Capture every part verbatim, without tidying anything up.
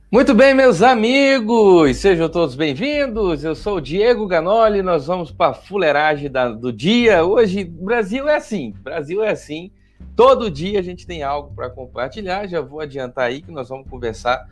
Muito bem, meus amigos, sejam todos bem-vindos. Eu sou o Diego Ganoli, nós vamos para a fuleiragem da, do dia. Hoje, Brasil é assim, Brasil é assim. Todo dia a gente tem algo para compartilhar. Já vou adiantar aí que nós vamos conversar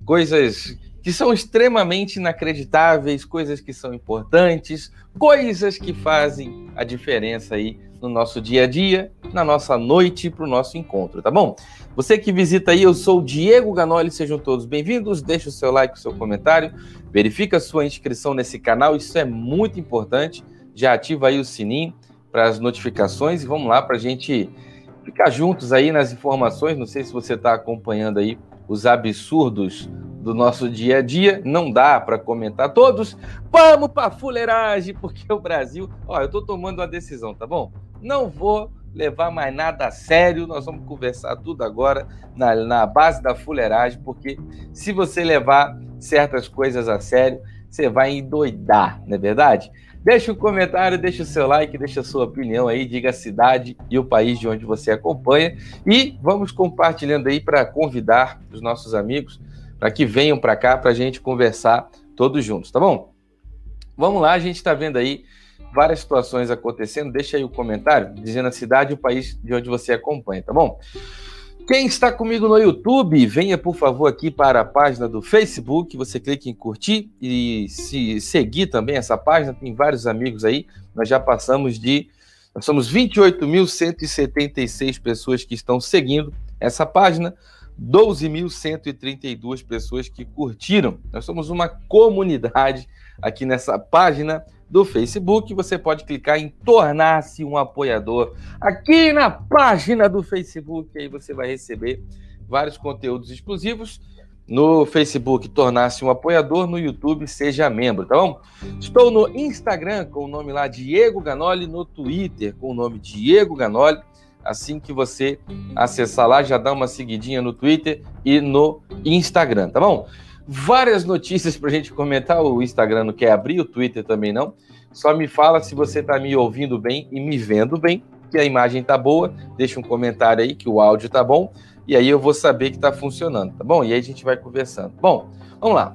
coisas que são extremamente inacreditáveis, coisas que são importantes, coisas que fazem a diferença aí no nosso dia a dia, na nossa noite para o nosso encontro, tá bom? Você que visita aí, eu sou o Diego Ganoli, sejam todos bem-vindos, deixa o seu like, o seu comentário, verifica a sua inscrição nesse canal, isso é muito importante, já ativa aí o sininho para as notificações e vamos lá para a gente ficar juntos aí nas informações. Não sei se você está acompanhando aí os absurdos do nosso dia a dia, não dá para comentar todos, vamos para a fuleiragem, porque o Brasil, ó, eu estou tomando uma decisão, tá bom? Não vou levar mais nada a sério, nós vamos conversar tudo agora na, na base da fuleiragem, porque se você levar certas coisas a sério, você vai endoidar, não é verdade? Deixa um comentário, deixa o seu like, deixa a sua opinião aí, diga a cidade e o país de onde você acompanha e vamos compartilhando aí para convidar os nossos amigos para que venham para cá para a gente conversar todos juntos, tá bom? Vamos lá, a gente está vendo aí várias situações acontecendo, deixa aí o comentário dizendo a cidade e o país de onde você acompanha, tá bom? Quem está comigo no YouTube, venha por favor aqui para a página do Facebook, você clica em curtir e se seguir também essa página, tem vários amigos aí, nós já passamos de, nós somos vinte e oito mil cento e setenta e seis pessoas que estão seguindo essa página, doze mil cento e trinta e duas pessoas que curtiram, nós somos uma comunidade aqui nessa página do Facebook, você pode clicar em tornar-se um apoiador aqui na página do Facebook, aí você vai receber vários conteúdos exclusivos no Facebook, tornar-se um apoiador, no YouTube, seja membro, tá bom? Estou no Instagram com o nome lá Diego Ganoli, no Twitter com o nome Diego Ganoli, assim que você acessar lá, já dá uma seguidinha no Twitter e no Instagram, tá bom? Várias notícias para a gente comentar, o Instagram não quer abrir, o Twitter também não. Só me fala se você está me ouvindo bem e me vendo bem, que a imagem tá boa, deixa um comentário aí que o áudio tá bom, e aí eu vou saber que tá funcionando, tá bom? E aí a gente vai conversando. Bom, vamos lá.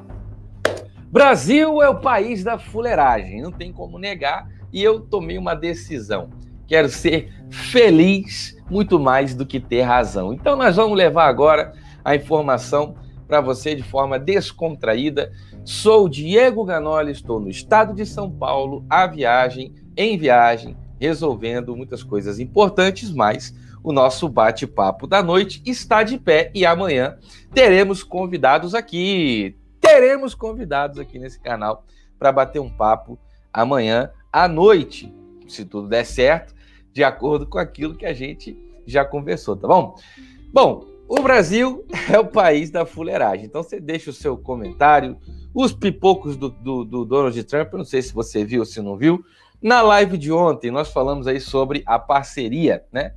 Brasil é o país da fuleiragem, não tem como negar, e eu tomei uma decisão. Quero ser feliz muito mais do que ter razão. Então nós vamos levar agora a informação para você de forma descontraída. Sou Diego Ganoli, estou no estado de São Paulo, a viagem, em viagem, resolvendo muitas coisas importantes, mas o nosso bate-papo da noite está de pé e amanhã teremos convidados aqui, teremos convidados aqui nesse canal para bater um papo amanhã à noite, se tudo der certo, de acordo com aquilo que a gente já conversou, tá bom? Bom, o Brasil é o país da fuleiragem, então você deixa o seu comentário, os pipocos do, do, do Donald Trump, eu não sei se você viu ou se não viu, na live de ontem nós falamos aí sobre a parceria, né,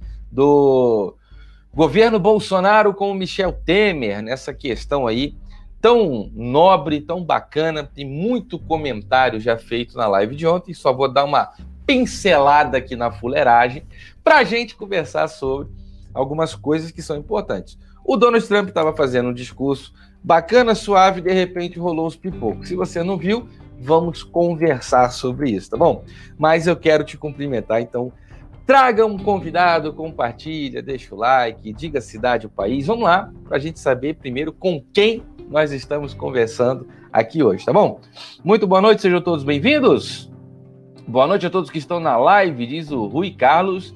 do governo Bolsonaro com o Michel Temer, nessa questão aí tão nobre, tão bacana, tem muito comentário já feito na live de ontem, só vou dar uma pincelada aqui na fuleiragem para a gente conversar sobre algumas coisas que são importantes. O Donald Trump estava fazendo um discurso bacana, suave, de repente rolou os pipocos. Se você não viu, vamos conversar sobre isso, tá bom? Mas eu quero te cumprimentar, então traga um convidado, compartilha, deixa o like, diga a cidade, o país. Vamos lá, para a gente saber primeiro com quem nós estamos conversando aqui hoje, tá bom? Muito boa noite, sejam todos bem-vindos. Boa noite a todos que estão na live, diz o Rui Carlos.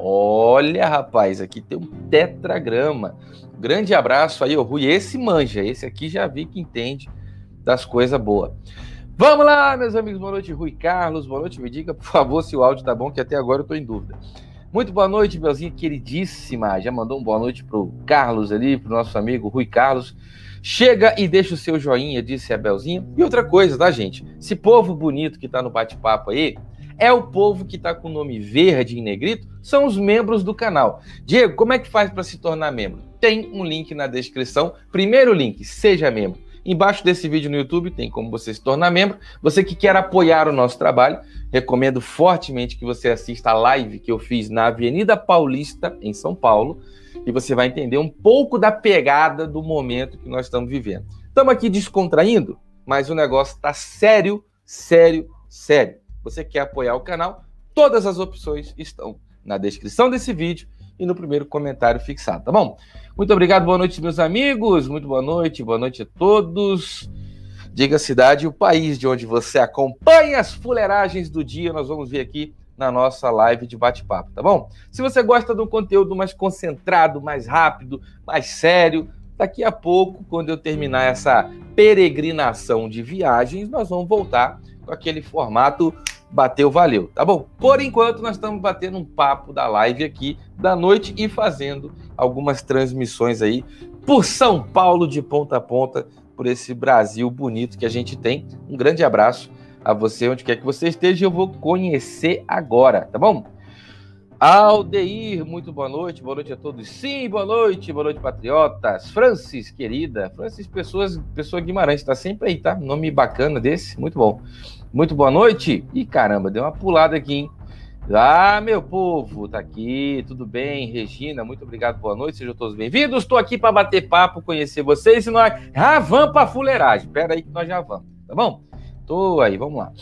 Olha, rapaz, aqui tem um tetragrama. Grande abraço aí, ô Rui. Esse manja, esse aqui já vi que entende das coisas boas. Vamos lá, meus amigos. Boa noite, Rui Carlos. Boa noite, me diga, por favor, se o áudio tá bom, que até agora eu tô em dúvida. Muito boa noite, Belzinha queridíssima. Já mandou um boa noite pro Carlos ali, pro nosso amigo Rui Carlos. Chega e deixa o seu joinha, disse a Belzinha. E outra coisa, tá, gente? Esse povo bonito que tá no bate-papo aí, é o povo que está com o nome verde em negrito, são os membros do canal. Diego, como é que faz para se tornar membro? Tem um link na descrição. Primeiro link, seja membro. Embaixo desse vídeo no YouTube tem como você se tornar membro. Você que quer apoiar o nosso trabalho, recomendo fortemente que você assista a live que eu fiz na Avenida Paulista, em São Paulo, e você vai entender um pouco da pegada do momento que nós estamos vivendo. Estamos aqui descontraindo, mas o negócio está sério, sério, sério. Você quer apoiar o canal? Todas as opções estão na descrição desse vídeo e no primeiro comentário fixado, tá bom? Muito obrigado, boa noite, meus amigos. Muito boa noite, boa noite a todos. Diga a cidade e o país de onde você acompanha as fuleiragens do dia. Nós vamos ver aqui na nossa live de bate-papo, tá bom? Se você gosta de um conteúdo mais concentrado, mais rápido, mais sério, daqui a pouco, quando eu terminar essa peregrinação de viagens, nós vamos voltar com aquele formato bateu, valeu, tá bom? Por enquanto, nós estamos batendo um papo da live aqui da noite e fazendo algumas transmissões aí por São Paulo de ponta a ponta, por esse Brasil bonito que a gente tem. Um grande abraço a você, onde quer que você esteja, eu vou conhecer agora, tá bom? Aldeir, muito boa noite, boa noite a todos. Sim, boa noite, boa noite, patriotas. Francis, querida, Francis Pessoas, Pessoa Guimarães, tá sempre aí, tá? Nome bacana desse, muito bom. Muito boa noite. Ih, caramba, deu uma pulada aqui, hein? Ah, meu povo, tá aqui, tudo bem? Regina, muito obrigado, boa noite, sejam todos bem-vindos. Estou aqui para bater papo, conhecer vocês, e nós já vamos para fuleiragem. Pera aí que nós já vamos, tá bom? Tô aí, vamos lá.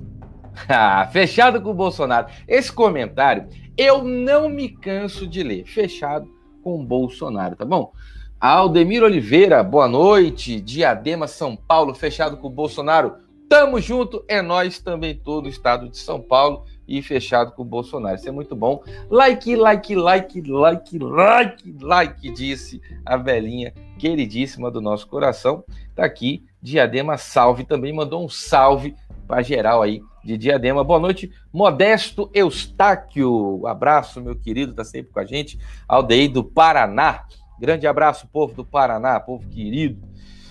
Ah, fechado com o Bolsonaro. Esse comentário eu não me canso de ler. Fechado com o Bolsonaro, tá bom? Aldemir Oliveira, boa noite. Diadema, São Paulo, fechado com o Bolsonaro. Tamo junto, é nós também, todo o estado de São Paulo e fechado com o Bolsonaro. Isso é muito bom. Like, like, like, like, like, like, disse a velhinha queridíssima do nosso coração. Tá aqui, Diadema, salve. Também mandou um salve para geral aí de Diadema. Boa noite, Modesto Eustáquio. Abraço, meu querido, tá sempre com a gente. Aldeir do Paraná. Grande abraço, povo do Paraná, povo querido.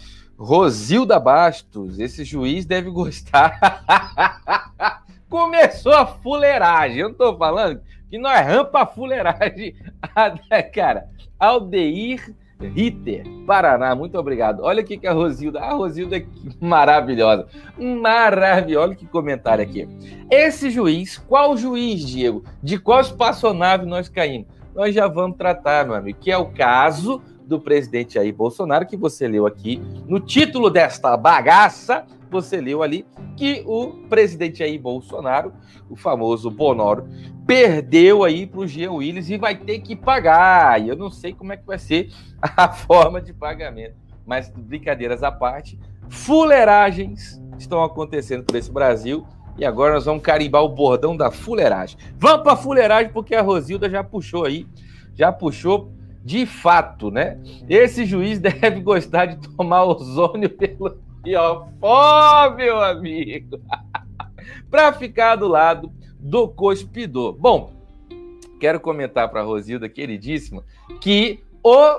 Rosilda Bastos, esse juiz deve gostar. Começou a fuleiragem. Eu não tô falando que nós rampa a fuleiragem. Cara, Aldeir Ritter, Paraná, muito obrigado. Olha aqui que a Rosilda, a Rosilda é maravilhosa, maravilhosa. Olha que comentário aqui. Esse juiz, qual juiz, Diego? De qual espaçonave nós caímos? Nós já vamos tratar, meu amigo, que é o caso do presidente Jair Bolsonaro, que você leu aqui no título desta bagaça. Você leu ali que o presidente Jair Bolsonaro, o famoso Bonoro, perdeu aí para o Jean Willis e vai ter que pagar. E eu não sei como é que vai ser a forma de pagamento. Mas, brincadeiras à parte, fuleiragens estão acontecendo por esse Brasil. E agora nós vamos carimbar o bordão da fuleiragem. Vamos para a fuleiragem, porque a Rosilda já puxou aí, já puxou de fato, né? Esse juiz deve gostar de tomar ozônio pelo fiofó, meu amigo, para ficar do lado do cuspidor. Bom, quero comentar para a Rosilda, queridíssima, que o,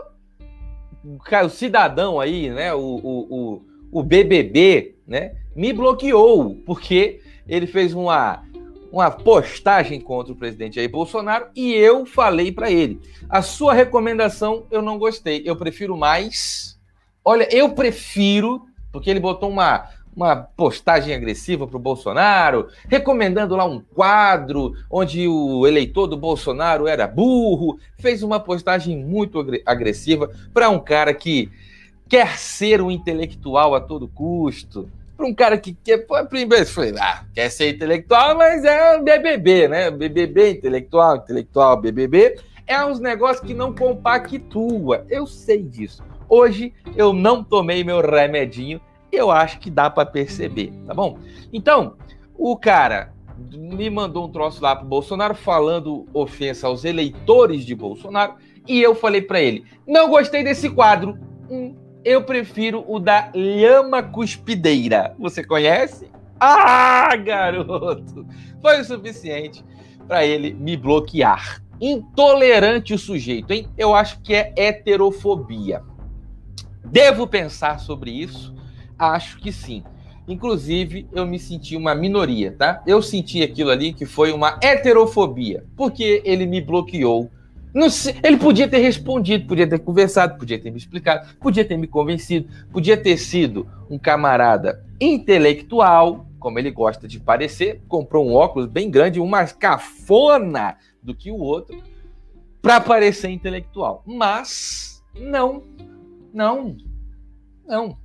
o cidadão aí, né, o, o, o, o B B B, né, me bloqueou, porque ele fez uma... uma postagem contra o presidente Jair Bolsonaro e eu falei para ele, a sua recomendação eu não gostei, eu prefiro mais, olha, eu prefiro, porque ele botou uma, uma postagem agressiva para o Bolsonaro, recomendando lá um quadro onde o eleitor do Bolsonaro era burro, fez uma postagem muito agressiva para um cara que quer ser um intelectual a todo custo, para um cara que quer, primeiro, falei, ah, quer ser intelectual, mas é um B B B, né? B B B, intelectual, intelectual, B B B, é uns negócios que não compactua. Eu sei disso. Hoje eu não tomei meu remedinho, eu acho que dá para perceber, tá bom? Então, o cara me mandou um troço lá pro Bolsonaro falando ofensa aos eleitores de Bolsonaro e eu falei para ele, não gostei desse quadro, hum, eu prefiro o da lhama cuspideira. Você conhece? Ah, garoto! Foi o suficiente para ele me bloquear. Intolerante o sujeito, hein? Eu acho que é heterofobia. Devo pensar sobre isso? Acho que sim. Inclusive, eu me senti uma minoria, tá? Eu senti aquilo ali que foi uma heterofobia, porque ele me bloqueou. Não sei, ele podia ter respondido, podia ter conversado, podia ter me explicado, podia ter me convencido, podia ter sido um camarada intelectual, como ele gosta de parecer, comprou um óculos bem grande, um mais cafona do que o outro, para parecer intelectual. Mas, não, não, não.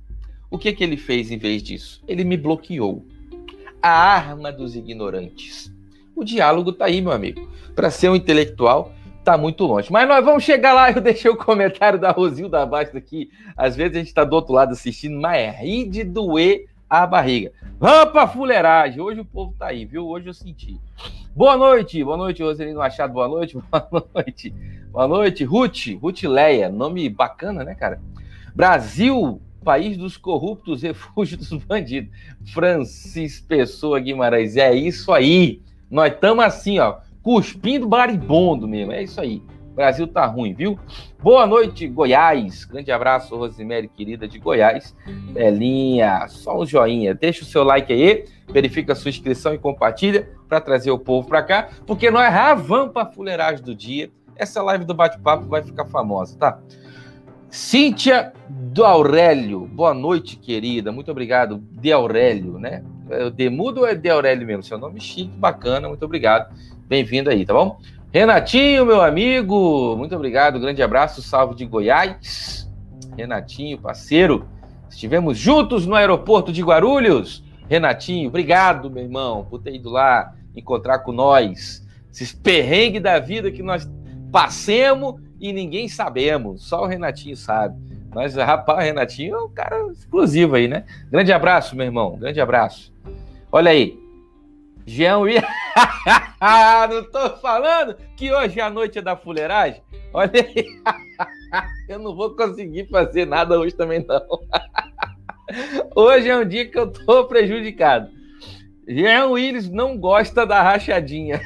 O que, que ele fez em vez disso? Ele me bloqueou. A arma dos ignorantes. O diálogo tá aí, meu amigo. Para ser um intelectual, tá muito longe. Mas nós vamos chegar lá. Eu deixei o comentário da Rosilda abaixo aqui. Às vezes a gente tá do outro lado assistindo, mas é rir de doer a barriga. Vamos pra fuleiragem. Hoje o povo tá aí, viu? Hoje eu senti. Boa noite. Boa noite, Roselino Machado. Boa noite. Boa noite. Boa noite. Ruth. Ruth Leia. Nome bacana, né, cara? Brasil, país dos corruptos, refúgio dos bandidos. Francis Pessoa Guimarães. É isso aí. Nós estamos assim, ó, cuspindo maribondo mesmo. É isso aí. O Brasil tá ruim, viu? Boa noite, Goiás. Grande abraço, Rosemary, querida de Goiás. Belinha, só um joinha. Deixa o seu like aí, verifica a sua inscrição e compartilha para trazer o povo para cá, porque nós já vamos para a fuleiragem do dia. Essa live do bate-papo vai ficar famosa, tá? Cíntia do Aurélio. Boa noite, querida. Muito obrigado. De Aurélio, né? É Demudo ou é De Aurélio mesmo? Seu nome chique, bacana. Muito obrigado. Bem-vindo aí, tá bom? Renatinho, meu amigo. Muito obrigado. Grande abraço. Salve de Goiás. Renatinho, parceiro. Estivemos juntos no aeroporto de Guarulhos. Renatinho, obrigado, meu irmão, por ter ido lá encontrar com nós. Esses perrengues da vida que nós passemos e ninguém sabemos, só o Renatinho sabe. Mas, rapaz, o Renatinho é um cara exclusivo aí, né? Grande abraço, meu irmão, grande abraço. Olha aí, Jean William. Não tô falando que hoje a noite é da fuleiragem? Olha aí, eu não vou conseguir fazer nada hoje também, não. Hoje é um dia que eu tô prejudicado. Jean Willis não gosta da rachadinha.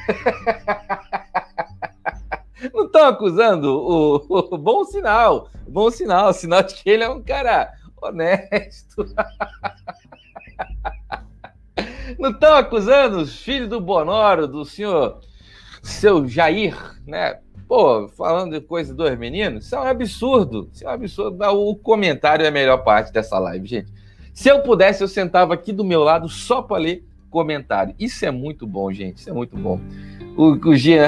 Não estão acusando o, o, o bom sinal, bom sinal, sinal de que ele é um cara honesto. Não estão acusando os filhos do Bonoro, do senhor, seu Jair, né? Pô, falando de coisa dos meninos, isso é um absurdo, isso é um absurdo. O comentário é a melhor parte dessa live, gente. Se eu pudesse, eu sentava aqui do meu lado só para ler comentário. Isso é muito bom, gente, isso é muito bom. O, o Jean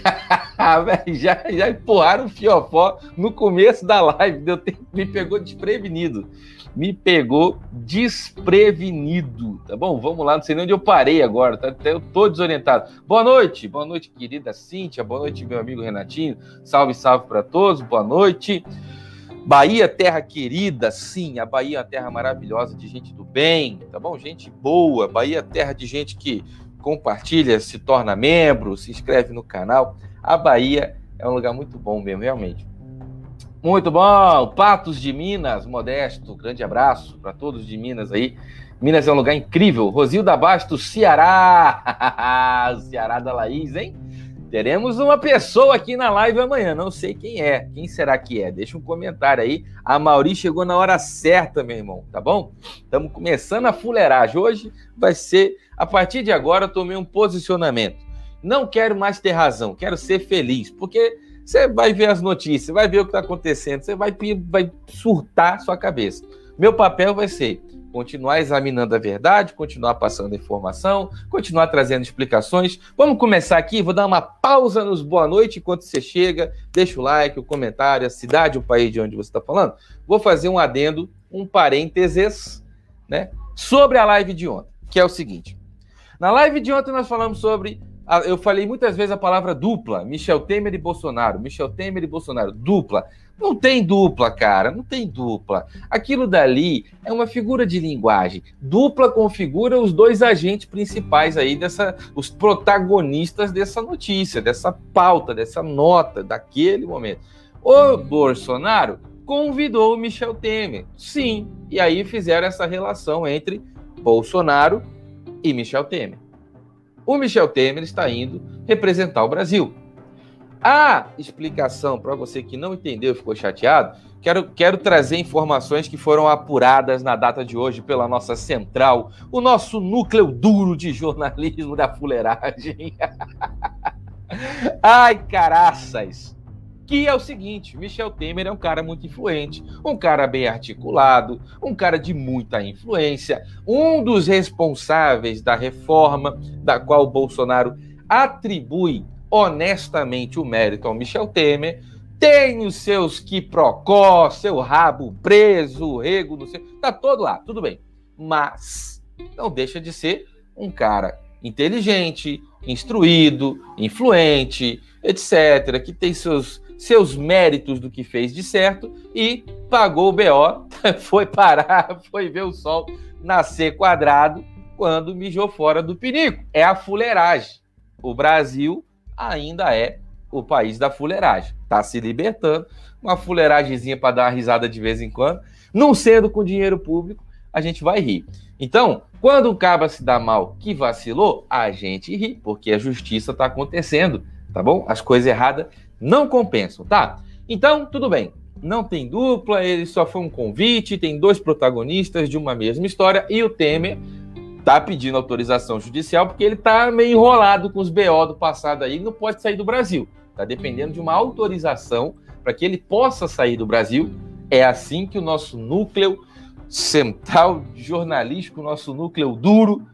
já, já empurraram o fiofó no começo da live, deu tempo, me pegou desprevenido. Me pegou desprevenido, tá bom? Vamos lá, não sei nem onde eu parei agora, tá? Eu tô desorientado. Boa noite, boa noite, querida Cíntia, boa noite, meu amigo Renatinho, salve, salve para todos, boa noite. Bahia, terra querida, sim, a Bahia é uma terra maravilhosa, de gente do bem, tá bom? Gente boa, Bahia é terra de gente que compartilha, se torna membro, se inscreve no canal. A Bahia é um lugar muito bom mesmo, realmente. Muito bom, Patos de Minas, Modesto, grande abraço para todos de Minas aí. Minas é um lugar incrível. Rosilda Bastos, Ceará, o Ceará da Laís, hein? Teremos uma pessoa aqui na live amanhã, não sei quem é. Quem será que é? Deixa um comentário aí. A Mauri chegou na hora certa, meu irmão, tá bom? Estamos começando a fuleiragem. Hoje vai ser, a partir de agora eu tomei um posicionamento. Não quero mais ter razão, quero ser feliz, porque você vai ver as notícias, vai ver o que está acontecendo, você vai, vai surtar sua cabeça. Meu papel vai ser continuar examinando a verdade, continuar passando informação, continuar trazendo explicações. Vamos começar aqui, vou dar uma pausa nos boa noite enquanto você chega, deixa o like, o comentário, a cidade, o país de onde você está falando. Vou fazer um adendo, um parênteses, né, sobre a live de ontem, que é o seguinte. Na live de ontem nós falamos sobre, eu falei muitas vezes a palavra dupla, Michel Temer e Bolsonaro, Michel Temer e Bolsonaro, dupla. Não tem dupla, cara, não tem dupla. Aquilo dali é uma figura de linguagem. Dupla configura os dois agentes principais aí, dessa, os protagonistas dessa notícia, dessa pauta, dessa nota, daquele momento. O Bolsonaro convidou o Michel Temer, sim, e aí fizeram essa relação entre Bolsonaro e Michel Temer. O Michel Temer está indo representar o Brasil. A explicação, para você que não entendeu e ficou chateado, quero, quero trazer informações que foram apuradas na data de hoje pela nossa central, o nosso núcleo duro de jornalismo da fuleiragem. Ai, caraças! Que é o seguinte, Michel Temer é um cara muito influente, um cara bem articulado, um cara de muita influência, um dos responsáveis da reforma da qual o Bolsonaro atribui honestamente o mérito ao Michel Temer, tem os seus quiprocó, seu rabo preso, rego, não sei, tá todo lá, tudo bem. Mas não deixa de ser um cara inteligente, instruído, influente, etcétera, que tem seus, seus méritos do que fez de certo e pagou o B O, foi parar, foi ver o sol nascer quadrado quando mijou fora do pinico. É a fuleiragem. O Brasil ainda é o país da fuleiragem. Tá se libertando, uma fuleiragemzinha para dar uma risada de vez em quando, não sendo com dinheiro público, a gente vai rir. Então, quando o caba se dá mal que vacilou, a gente ri, porque a justiça está acontecendo, tá bom? As coisas erradas não compensam, tá? Então, tudo bem. Não tem dupla, ele só foi um convite, tem dois protagonistas de uma mesma história, e o Temer tá pedindo autorização judicial porque ele tá meio enrolado com os B O do passado aí, não pode sair do Brasil. Tá dependendo de uma autorização para que ele possa sair do Brasil. É assim que o nosso núcleo central jornalístico, nosso núcleo duro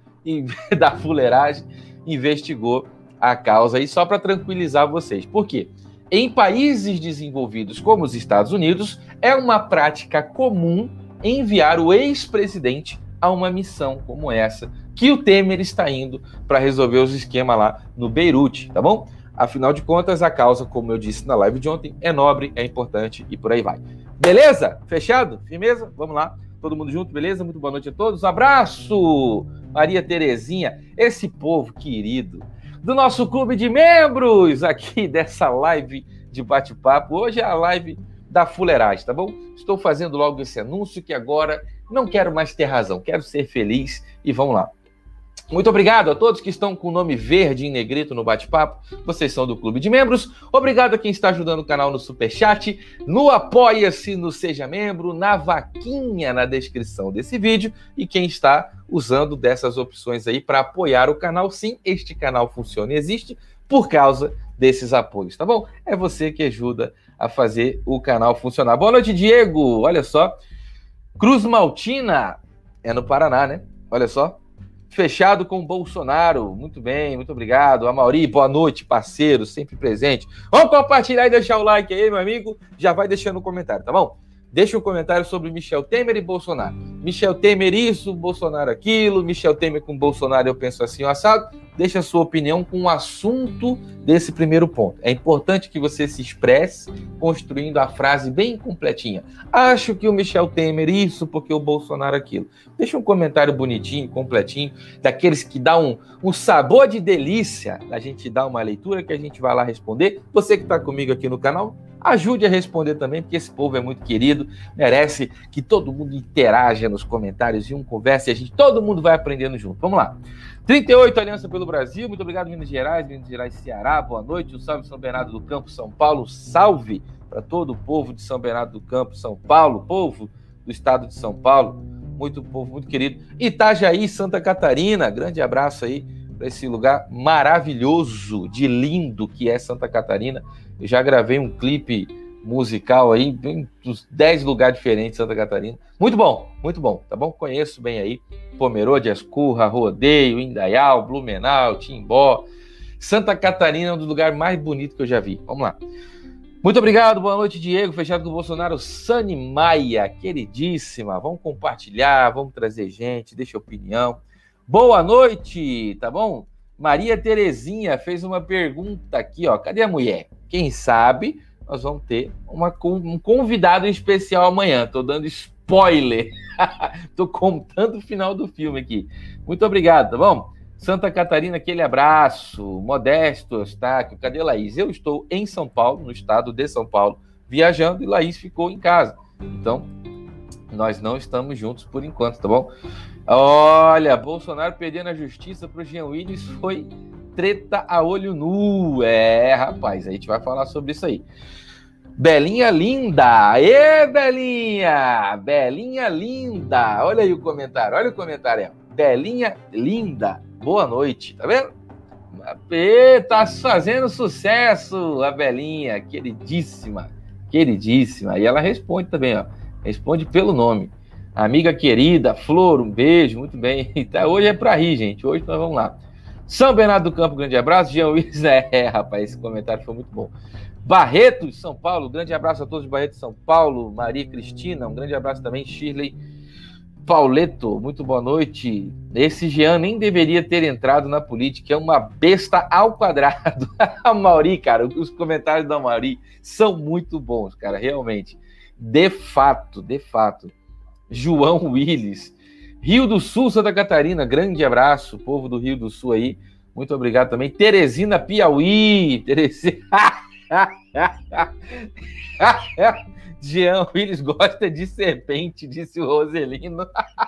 da fuleiragem, investigou a causa aí, só para tranquilizar vocês. Por quê? Em países desenvolvidos como os Estados Unidos, é uma prática comum enviar o ex-presidente a uma missão como essa, que o Temer está indo para resolver os esquemas lá no Beirute, tá bom? Afinal de contas, a causa, como eu disse na live de ontem, é nobre, é importante e por aí vai. Beleza? Fechado? Firmeza? Vamos lá. Todo mundo junto, beleza? Muito boa noite a todos. Abraço! Maria Terezinha, esse povo querido do nosso clube de membros aqui dessa live de bate-papo. Hoje é a live da fuleiragem, tá bom? Estou fazendo logo esse anúncio que agora não quero mais ter razão, quero ser feliz e vamos lá. Muito obrigado a todos que estão com o nome verde em negrito no bate-papo. Vocês são do clube de membros. Obrigado a quem está ajudando o canal no Superchat, no Apoia-se, no Seja Membro, na vaquinha na descrição desse vídeo e quem está usando dessas opções aí para apoiar o canal. Sim, este canal funciona e existe por causa desses apoios, tá bom? É você que ajuda a fazer o canal funcionar. Boa noite, Diego. Olha só. Cruz Maltina é no Paraná, né? Olha só. Fechado com o Bolsonaro. Muito bem, muito obrigado. Amauri, boa noite, parceiro, sempre presente. Vamos compartilhar e deixar o like aí, meu amigo. Já vai deixando um comentário, tá bom? Deixa um comentário sobre Michel Temer e Bolsonaro. Michel Temer isso, Bolsonaro aquilo. Michel Temer com Bolsonaro eu penso assim, o assado. Deixa a sua opinião com o assunto desse primeiro ponto. É importante que você se expresse construindo a frase bem completinha. Acho que o Michel Temer isso porque o Bolsonaro aquilo. Deixa um comentário bonitinho, completinho, daqueles que dá um, um sabor de delícia. A gente dá uma leitura que a gente vai lá responder. Você que está comigo aqui no canal, ajude a responder também, porque esse povo é muito querido, merece que todo mundo interaja nos comentários e um converse e a gente, todo mundo vai aprendendo junto. Vamos lá. trinta e oito, Aliança pelo Brasil, muito obrigado, Minas Gerais, Minas Gerais, Ceará, boa noite, um salve São Bernardo do Campo, São Paulo, salve para todo o povo de São Bernardo do Campo, São Paulo, povo do estado de São Paulo, muito povo, muito querido. Itajaí, Santa Catarina, grande abraço aí para esse lugar maravilhoso, de lindo que é Santa Catarina. Eu já gravei um clipe musical aí, em uns dez lugares diferentes de Santa Catarina. Muito bom, muito bom, tá bom? Conheço bem aí. Pomerode, Ascurra, Rodeio, Indaial, Blumenau, Timbó. Santa Catarina é um dos lugares mais bonitos que eu já vi. Vamos lá. Muito obrigado, boa noite, Diego. Fechado com o Bolsonaro, Sani Maia, queridíssima. Vamos compartilhar, vamos trazer gente, deixa opinião. Boa noite, tá bom? Maria Terezinha fez uma pergunta aqui, ó. Cadê a mulher? Quem sabe nós vamos ter uma, um convidado especial amanhã. Tô dando spoiler. Tô contando o final do filme aqui. Muito obrigado, tá bom? Santa Catarina, aquele abraço. Modesto Eustáquio. Cadê Laís? Eu estou em São Paulo, no estado de São Paulo, viajando, e Laís ficou em casa. Então, nós não estamos juntos por enquanto, tá bom? Olha, Bolsonaro perdendo a justiça pro Jean Willis foi treta a olho nu. É, rapaz, a gente vai falar sobre isso aí. Belinha linda! Ê, Belinha! Belinha linda! Olha aí o comentário, olha o comentário aí. Belinha linda! Boa noite, tá vendo? E tá fazendo sucesso a Belinha, queridíssima, queridíssima. E ela responde também, ó. Responde pelo nome. Amiga querida, Flor, um beijo, muito bem. Hoje é pra rir, gente. Hoje nós vamos lá. São Bernardo do Campo, grande abraço. Jean Willis, é, rapaz, esse comentário foi muito bom. Barretos, São Paulo, grande abraço a todos de Barretos, São Paulo. Maria Cristina, um grande abraço também. Shirley Pauleto, muito boa noite. Esse Jean nem deveria ter entrado na política, é uma besta ao quadrado. A Mauri, cara, os comentários da Mauri são muito bons, cara, realmente. De fato, de fato. João Willis, Rio do Sul, Santa Catarina, grande abraço, povo do Rio do Sul aí, muito obrigado também. Teresina, Piauí, Teresina... Jean Willis gosta de serpente, disse o Roselino.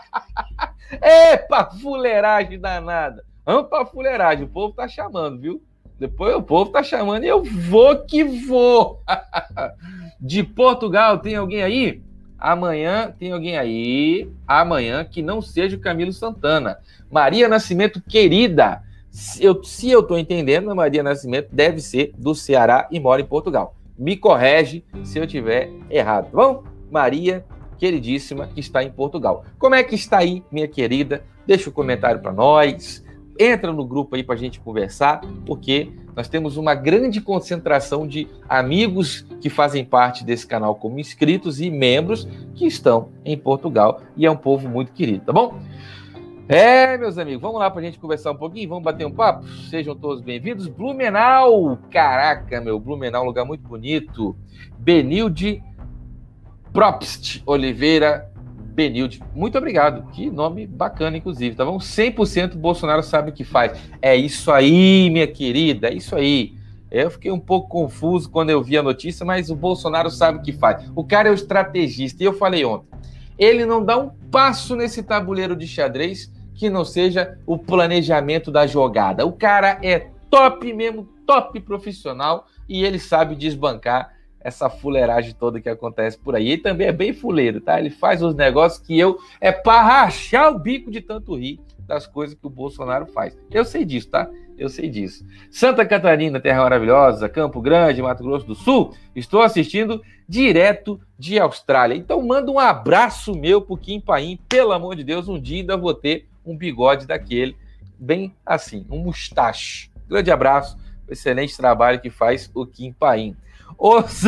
Epa, fuleiragem danada. Vamos pra fuleiragem, o povo tá chamando, viu? Depois o povo tá chamando e eu vou que vou. De Portugal, tem alguém aí? Amanhã tem alguém aí, amanhã, que não seja o Camilo Santana. Maria Nascimento, querida, se eu, se eu tô entendendo, a Maria Nascimento deve ser do Ceará e mora em Portugal. Me corrige se eu tiver errado, tá bom? Maria, queridíssima, que está em Portugal. Como é que está aí, minha querida? Deixa um comentário para nós, entra no grupo aí para a gente conversar, porque nós temos uma grande concentração de amigos que fazem parte desse canal como inscritos e membros que estão em Portugal, e é um povo muito querido, tá bom? É, meus amigos, vamos lá para a gente conversar um pouquinho, vamos bater um papo? Sejam todos bem-vindos. Blumenau, caraca, meu, Blumenau, um lugar muito bonito. Benilde Probst Oliveira, Benilde, muito obrigado, que nome bacana, inclusive, tá bom? cem por cento Bolsonaro sabe o que faz. É isso aí, minha querida, é isso aí. Eu fiquei um pouco confuso quando eu vi a notícia, mas o Bolsonaro sabe o que faz. O cara é o estrategista, e eu falei ontem, ele não dá um passo nesse tabuleiro de xadrez que não seja o planejamento da jogada. O cara é top mesmo, top profissional, e ele sabe desbancar essa fuleiragem toda que acontece por aí. Ele também é bem fuleiro, tá? Ele faz os negócios que eu... É para rachar o bico de tanto rir das coisas que o Bolsonaro faz. Eu sei disso, tá? Eu sei disso. Santa Catarina, terra maravilhosa, Campo Grande, Mato Grosso do Sul. Estou assistindo direto de Austrália. Então manda um abraço meu pro Kim Paim. Pelo amor de Deus, um dia ainda vou ter um bigode daquele, bem assim, um mustache. Grande abraço, excelente trabalho que faz o Kim Paim. Os...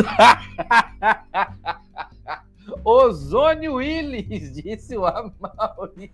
Ozônio Willis, disse o Amauri.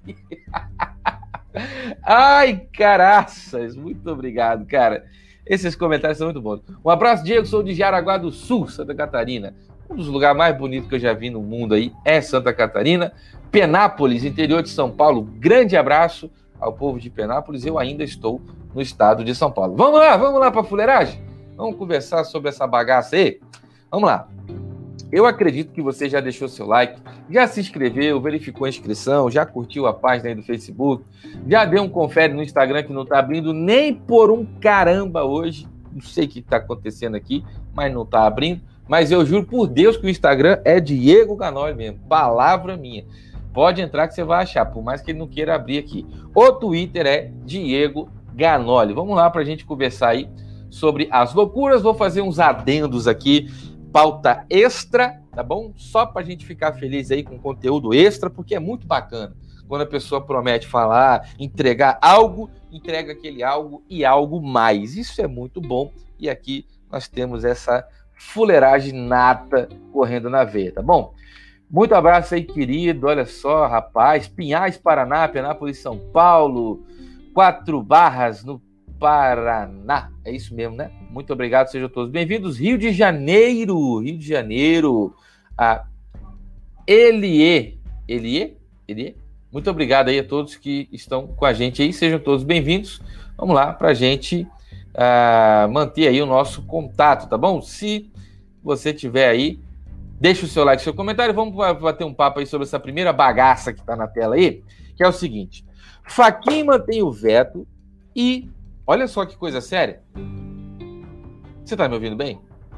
Ai, caraças, muito obrigado, cara. Esses comentários são muito bons. Um abraço, Diego, sou de Jaraguá do Sul, Santa Catarina. Um dos lugares mais bonitos que eu já vi no mundo aí é Santa Catarina. Penápolis, interior de São Paulo, grande abraço ao povo de Penápolis. Eu ainda estou no estado de São Paulo. Vamos lá, vamos lá para a fuleiragem? Vamos conversar sobre essa bagaça aí? Vamos lá. Eu acredito que você já deixou seu like, já se inscreveu, verificou a inscrição, já curtiu a página aí do Facebook, já deu um confere no Instagram que não está abrindo nem por um caramba hoje. Não sei o que está acontecendo aqui, mas não está abrindo. Mas eu juro por Deus que o Instagram é Diego Ganoli mesmo, palavra minha. Pode entrar que você vai achar, por mais que ele não queira abrir aqui. O Twitter é Diego Ganoli. Vamos lá para a gente conversar aí sobre as loucuras. Vou fazer uns adendos aqui, pauta extra, tá bom? Só para a gente ficar feliz aí com conteúdo extra, porque é muito bacana. Quando a pessoa promete falar, entregar algo, entrega aquele algo e algo mais. Isso é muito bom. E aqui nós temos essa fuleiragem nata correndo na veia, tá bom? Muito abraço aí, querido. Olha só, rapaz. Pinhais, Paraná, Penápolis, São Paulo. Quatro Barras, no Paraná. É isso mesmo, né? Muito obrigado, sejam todos bem-vindos. Rio de Janeiro, Rio de Janeiro. A Elie, Elie, Elie. Muito obrigado aí a todos que estão com a gente aí. Sejam todos bem-vindos. Vamos lá para a gente uh, manter aí o nosso contato, tá bom? Se você tiver aí, deixa o seu like, seu comentário. Vamos bater um papo aí sobre essa primeira bagaça que está na tela aí, que é o seguinte. Fachin mantém o veto e... Olha só que coisa séria. Você tá me ouvindo bem?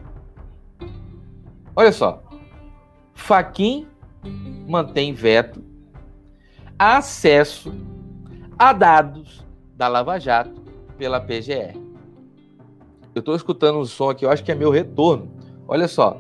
Olha só. Fachin mantém veto a acesso a dados da Lava Jato pela P G R. Eu tô escutando um som aqui, eu acho que é meu retorno. Olha só.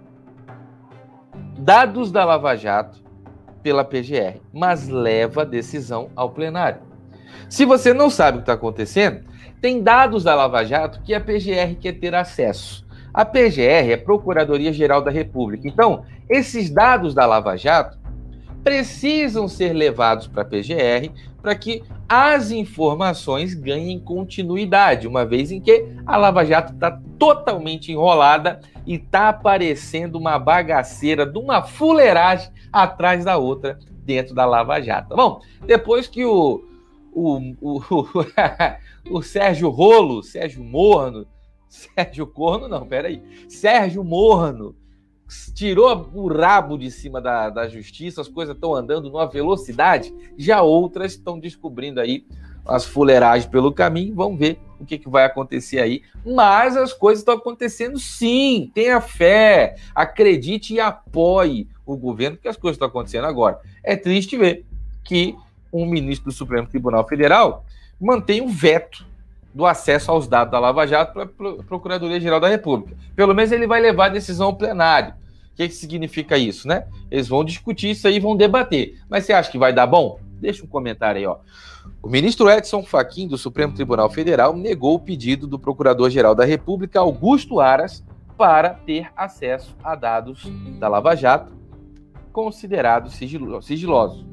Dados da Lava Jato pela P G R, mas leva a decisão ao plenário. Se você não sabe o que está acontecendo, tem dados da Lava Jato que a P G R quer ter acesso. A P G R é Procuradoria-Geral da República. Então, esses dados da Lava Jato precisam ser levados para a P G R para que as informações ganhem continuidade, uma vez em que a Lava Jato está totalmente enrolada e está aparecendo uma bagaceira de uma fuleiragem atrás da outra dentro da Lava Jato. Bom, depois que o, o, o, o, o Sérgio Rolo, Sérgio Morno, Sérgio Corno, não, peraí, Sérgio Morno tirou o rabo de cima da, da justiça, as coisas estão andando numa velocidade, já outras estão descobrindo aí as fuleiragens pelo caminho, vamos ver o que, que vai acontecer aí, mas as coisas estão acontecendo sim, tenha fé, acredite e apoie o governo, porque as coisas estão acontecendo agora. É triste ver que um ministro do Supremo Tribunal Federal mantém um veto do acesso aos dados da Lava Jato para a Procuradoria-Geral da República. Pelo menos ele vai levar a decisão ao plenário. O que, que significa isso, né? Eles vão discutir isso aí, vão debater. Mas você acha que vai dar bom? Deixa um comentário aí, ó. O ministro Edson Fachin, do Supremo Tribunal Federal, negou o pedido do Procurador-Geral da República, Augusto Aras, para ter acesso a dados da Lava Jato considerados sigilo- sigilosos.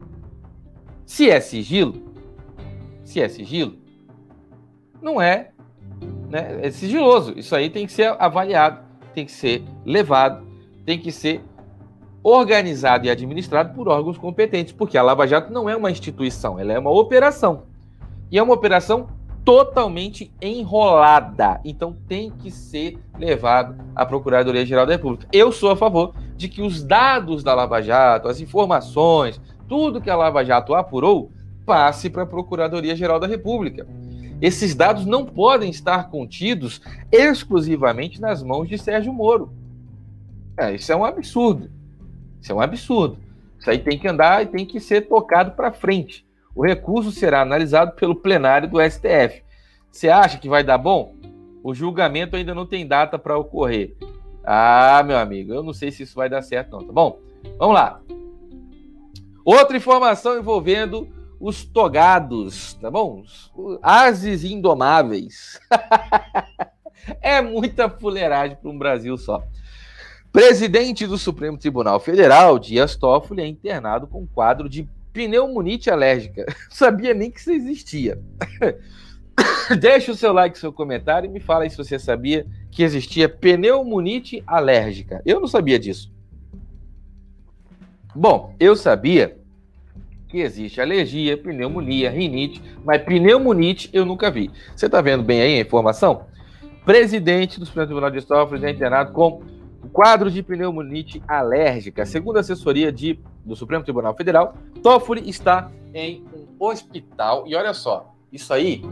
Se é sigilo, se é sigilo, não é, né, é sigiloso. Isso aí tem que ser avaliado, tem que ser levado, tem que ser organizado e administrado por órgãos competentes, porque a Lava Jato não é uma instituição, ela é uma operação. E é uma operação totalmente enrolada. Então tem que ser levado à Procuradoria-Geral da República. Eu sou a favor de que os dados da Lava Jato, as informações, tudo que a Lava Jato apurou, passe para a Procuradoria-Geral da República. Esses dados não podem estar contidos exclusivamente nas mãos de Sérgio Moro. É, isso é um absurdo. Isso é um absurdo. Isso aí tem que andar e tem que ser tocado para frente. O recurso será analisado pelo plenário do S T F. Você acha que vai dar bom? O julgamento ainda não tem data para ocorrer. Ah, meu amigo, eu não sei se isso vai dar certo não, tá bom? Vamos lá. Outra informação envolvendo os togados, tá bom? Os ases indomáveis. É muita fuleiragem para um Brasil só. Presidente do Supremo Tribunal Federal, Dias Toffoli, é internado com quadro de pneumonite alérgica. Não sabia nem que isso existia. Deixa o seu like, seu comentário e me fala aí se você sabia que existia pneumonite alérgica. Eu não sabia disso. Bom, eu sabia que existe alergia, pneumonia, rinite, mas pneumonite eu nunca vi. Você tá vendo bem aí a informação? Presidente do Supremo Tribunal Dias Toffoli é internado com quadro de pneumonite alérgica. Segundo a assessoria de, do Supremo Tribunal Federal, Toffoli está em um hospital. E olha só, isso aí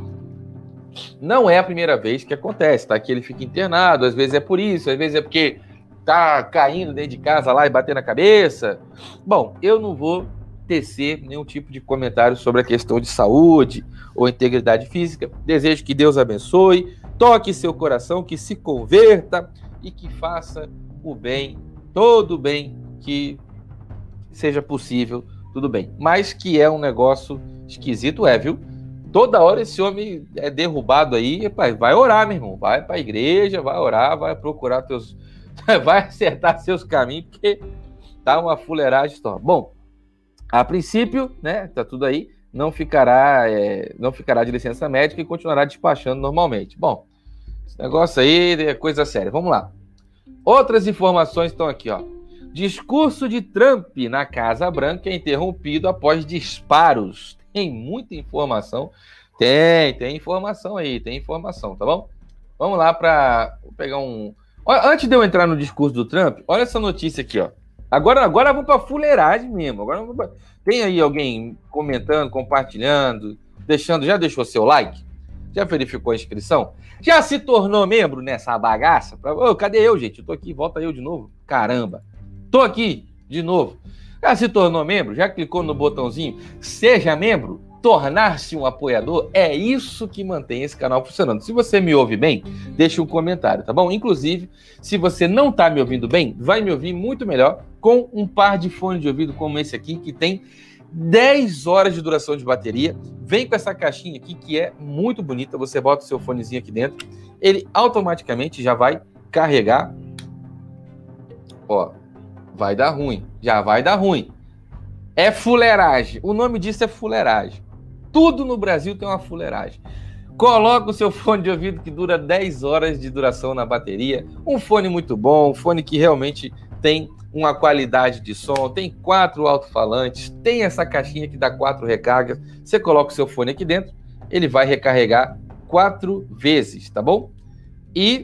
não é a primeira vez que acontece, tá? Que ele fica internado, às vezes é por isso, às vezes é porque tá caindo dentro de casa lá e batendo na cabeça. Bom, eu não vou tecer nenhum tipo de comentário sobre a questão de saúde ou integridade física. Desejo que Deus abençoe, toque seu coração, que se converta e que faça o bem, todo o bem que seja possível, tudo bem. Mas que é um negócio esquisito, é, viu? Toda hora esse homem é derrubado aí, vai orar, meu irmão, vai para a igreja, vai orar, vai procurar teus... vai acertar seus caminhos, porque tá uma fuleiragem só. Bom, a princípio, né, tá tudo aí, não ficará, é, não ficará de licença médica e continuará despachando normalmente. Bom, esse negócio aí é coisa séria. Vamos lá. Outras informações estão aqui, ó. Discurso de Trump na Casa Branca é interrompido após disparos. Tem muita informação. Tem, tem informação aí, tem informação, tá bom? Vamos lá para pegar um... Antes de eu entrar no discurso do Trump, olha essa notícia aqui, ó. Agora, agora vamos para fuleiragem mesmo. Agora vamos pra... Tem aí alguém comentando, compartilhando, deixando, já deixou seu like? Já verificou a inscrição? Já se tornou membro nessa bagaça? Pra... Ô, cadê eu, gente? Eu tô aqui, volta eu de novo. Caramba. Tô aqui de novo. Já se tornou membro? Já clicou no botãozinho? Seja membro? Tornar-se um apoiador? É isso que mantém esse canal funcionando. Se você me ouve bem, deixa um comentário, tá bom? Inclusive, se você não tá me ouvindo bem, vai me ouvir muito melhor com um par de fones de ouvido como esse aqui, que tem dez horas de duração de bateria. Vem com essa caixinha aqui que é muito bonita. Você bota o seu fonezinho aqui dentro, ele automaticamente já vai carregar. Ó, vai dar ruim, já vai dar ruim. É fuleiragem, o nome disso é fuleiragem. Tudo no Brasil tem uma fuleiragem. Coloca o seu fone de ouvido que dura dez horas de duração na bateria. Um fone muito bom, um fone que realmente tem uma qualidade de som, tem quatro alto-falantes, tem essa caixinha que dá quatro recargas. Você coloca o seu fone aqui dentro, ele vai recarregar quatro vezes, tá bom? E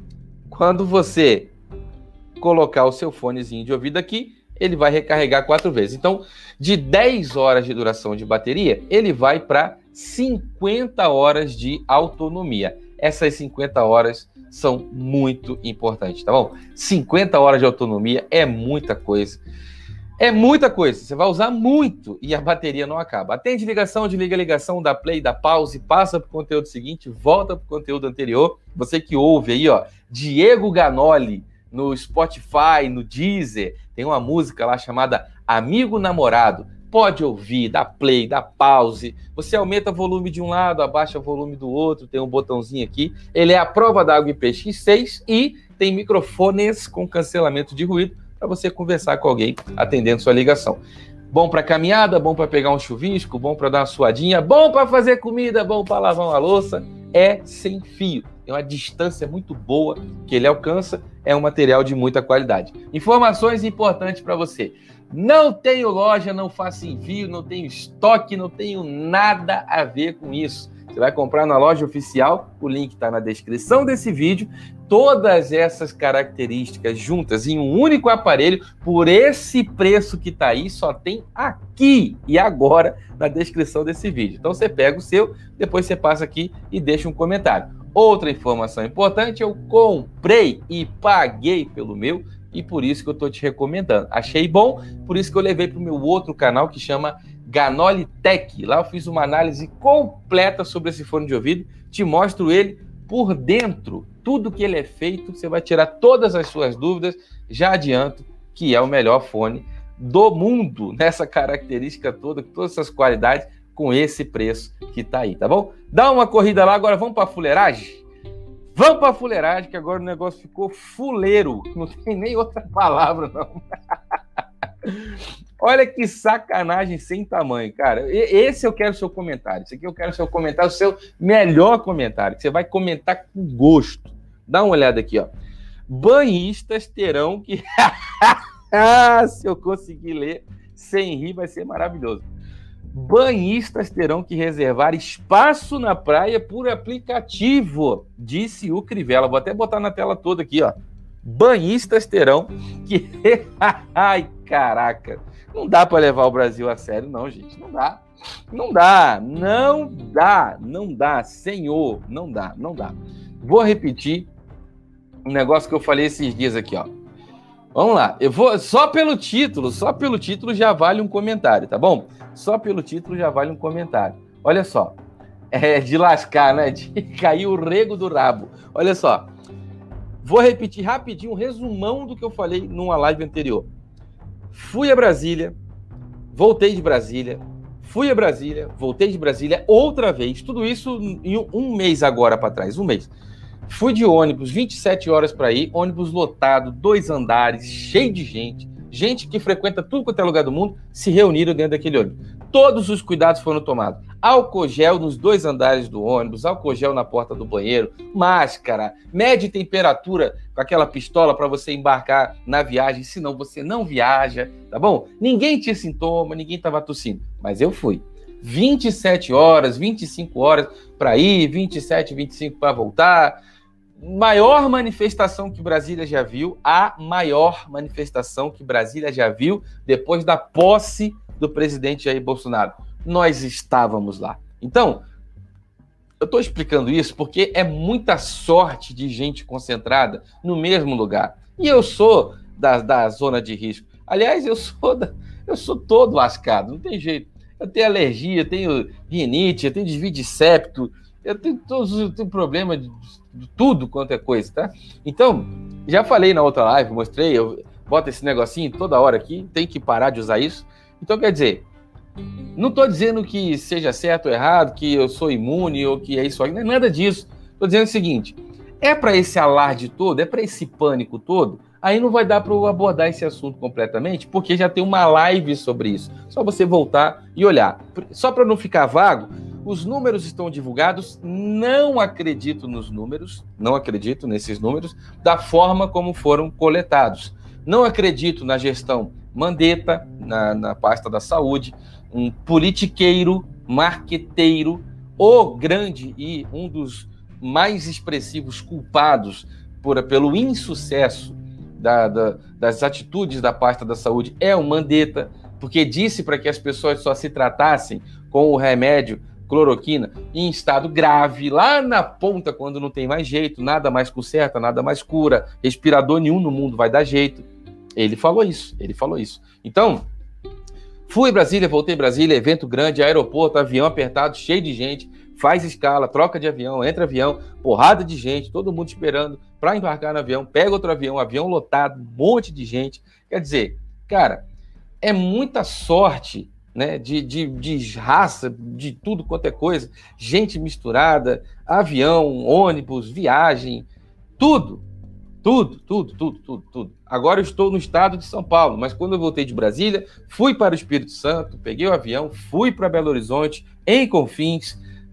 quando você colocar o seu fonezinho de ouvido aqui, ele vai recarregar quatro vezes. Então, de dez horas de duração de bateria, ele vai para cinquenta horas de autonomia. Essas cinquenta horas são muito importantes, tá bom? cinquenta horas de autonomia é muita coisa. É muita coisa. Você vai usar muito e a bateria não acaba. Atende ligação, desliga a ligação, dá play, dá pause, passa para o conteúdo seguinte, volta para o conteúdo anterior. Você que ouve aí, ó, Diego Ganoli, no Spotify, no Deezer, tem uma música lá chamada Amigo Namorado. Pode ouvir, dá play, dá pause. Você aumenta o volume de um lado, abaixa o volume do outro, tem um botãozinho aqui. Ele é a prova d'água I P X seis e tem microfones com cancelamento de ruído para você conversar com alguém atendendo sua ligação. Bom para caminhada, bom para pegar um chuvisco, bom para dar uma suadinha, bom para fazer comida, bom para lavar uma louça. É sem fio. Tem uma distância muito boa que ele alcança, é um material de muita qualidade. Informações importantes para você. Não tenho loja, não faço envio, não tenho estoque, não tenho nada a ver com isso. Você vai comprar na loja oficial, o link está na descrição desse vídeo. Todas essas características juntas em um único aparelho, por esse preço que está aí, só tem aqui e agora na descrição desse vídeo. Então você pega o seu, depois você passa aqui e deixa um comentário. Outra informação importante, eu comprei e paguei pelo meu, e por isso que eu estou te recomendando. Achei bom, por isso que eu levei para o meu outro canal que chama Ganoli Tech. Lá eu fiz uma análise completa sobre esse fone de ouvido, te mostro ele por dentro, tudo que ele é feito, você vai tirar todas as suas dúvidas. Já adianto que é o melhor fone do mundo, nessa característica toda, com todas essas qualidades, com esse preço que tá aí, tá bom? Dá uma corrida lá, agora vamos para fuleiragem? Vamos para fuleiragem, que agora o negócio ficou fuleiro, não tem nem outra palavra, não. Olha que sacanagem sem tamanho, cara. Esse eu quero seu comentário. Esse aqui eu quero seu comentário, o seu melhor comentário, que você vai comentar com gosto. Dá uma olhada aqui, ó. Banhistas terão que... ah, se eu conseguir ler sem rir, vai ser maravilhoso. Banhistas terão que reservar espaço na praia por aplicativo, disse o Crivella. Vou até botar na tela toda aqui, ó. Banhistas terão que... ai, caraca. Não dá para levar o Brasil a sério, não, gente. Não dá. Não dá. Não dá. Não dá. Senhor, não dá. Não dá. Vou repetir um negócio que eu falei esses dias aqui, ó. Vamos lá. Eu vou... Só pelo título, só pelo título já vale um comentário, tá bom? Só pelo título já vale um comentário. Olha só. É de lascar, né? De cair o rego do rabo. Olha só. Vou repetir rapidinho um resumão do que eu falei numa live anterior. Fui a Brasília, voltei de Brasília, fui a Brasília, voltei de Brasília outra vez, tudo isso em um mês agora para trás, um mês. Fui de ônibus, vinte e sete horas para ir, ônibus lotado, dois andares, cheio de gente, gente que frequenta tudo quanto é lugar do mundo, se reuniram dentro daquele ônibus. Todos os cuidados foram tomados. Álcool gel nos dois andares do ônibus, álcool gel na porta do banheiro, máscara, mede temperatura com aquela pistola para você embarcar na viagem, senão você não viaja, tá bom? Ninguém tinha sintoma, ninguém estava tossindo, mas eu fui. vinte e sete horas, vinte e cinco horas para ir, vinte e sete, vinte e cinco para voltar. Maior manifestação que Brasília já viu, a maior manifestação que Brasília já viu depois da posse do presidente Jair Bolsonaro. Nós estávamos lá. Então, eu estou explicando isso porque é muita sorte de gente concentrada no mesmo lugar. E eu sou da, da zona de risco. Aliás, eu sou, da, eu sou todo lascado, não tem jeito. Eu tenho alergia, eu tenho rinite, eu tenho desvio de septo, eu tenho todos eu tenho problema de, de tudo quanto é coisa, tá? Então, já falei na outra live, mostrei, eu boto esse negocinho toda hora aqui, tem que parar de usar isso. Então, quer dizer, Não estou dizendo que seja certo ou errado, que eu sou imune ou que é isso, não é nada disso. Estou dizendo o seguinte, é para esse alarde todo, é para esse pânico todo, aí não vai dar para eu abordar esse assunto completamente, porque já tem uma live sobre isso. Só você voltar e olhar. Só para não ficar vago, os números estão divulgados, não acredito nos números, não acredito nesses números, da forma como foram coletados. Não acredito na gestão Mandetta, na, na pasta da saúde, um politiqueiro, marqueteiro, o grande e um dos mais expressivos culpados por, pelo insucesso da, da, das atitudes da pasta da saúde é o Mandetta, porque disse para que as pessoas só se tratassem com o remédio cloroquina em estado grave, lá na ponta, quando não tem mais jeito, nada mais conserta, nada mais cura, respirador nenhum no mundo vai dar jeito. Ele falou isso, ele falou isso. Então, fui em Brasília, voltei em Brasília, evento grande, aeroporto, avião apertado, cheio de gente, faz escala, troca de avião, entra avião, porrada de gente, todo mundo esperando para embarcar no avião, pega outro avião, avião lotado, um monte de gente. Quer dizer, cara, é muita sorte, né, de, de, de raça, de tudo quanto é coisa, gente misturada, avião, ônibus, viagem, tudo, tudo, tudo, tudo, tudo, tudo. Agora eu estou no estado de São Paulo, mas quando eu voltei de Brasília, fui para o Espírito Santo, peguei o avião, fui para Belo Horizonte, em Confins,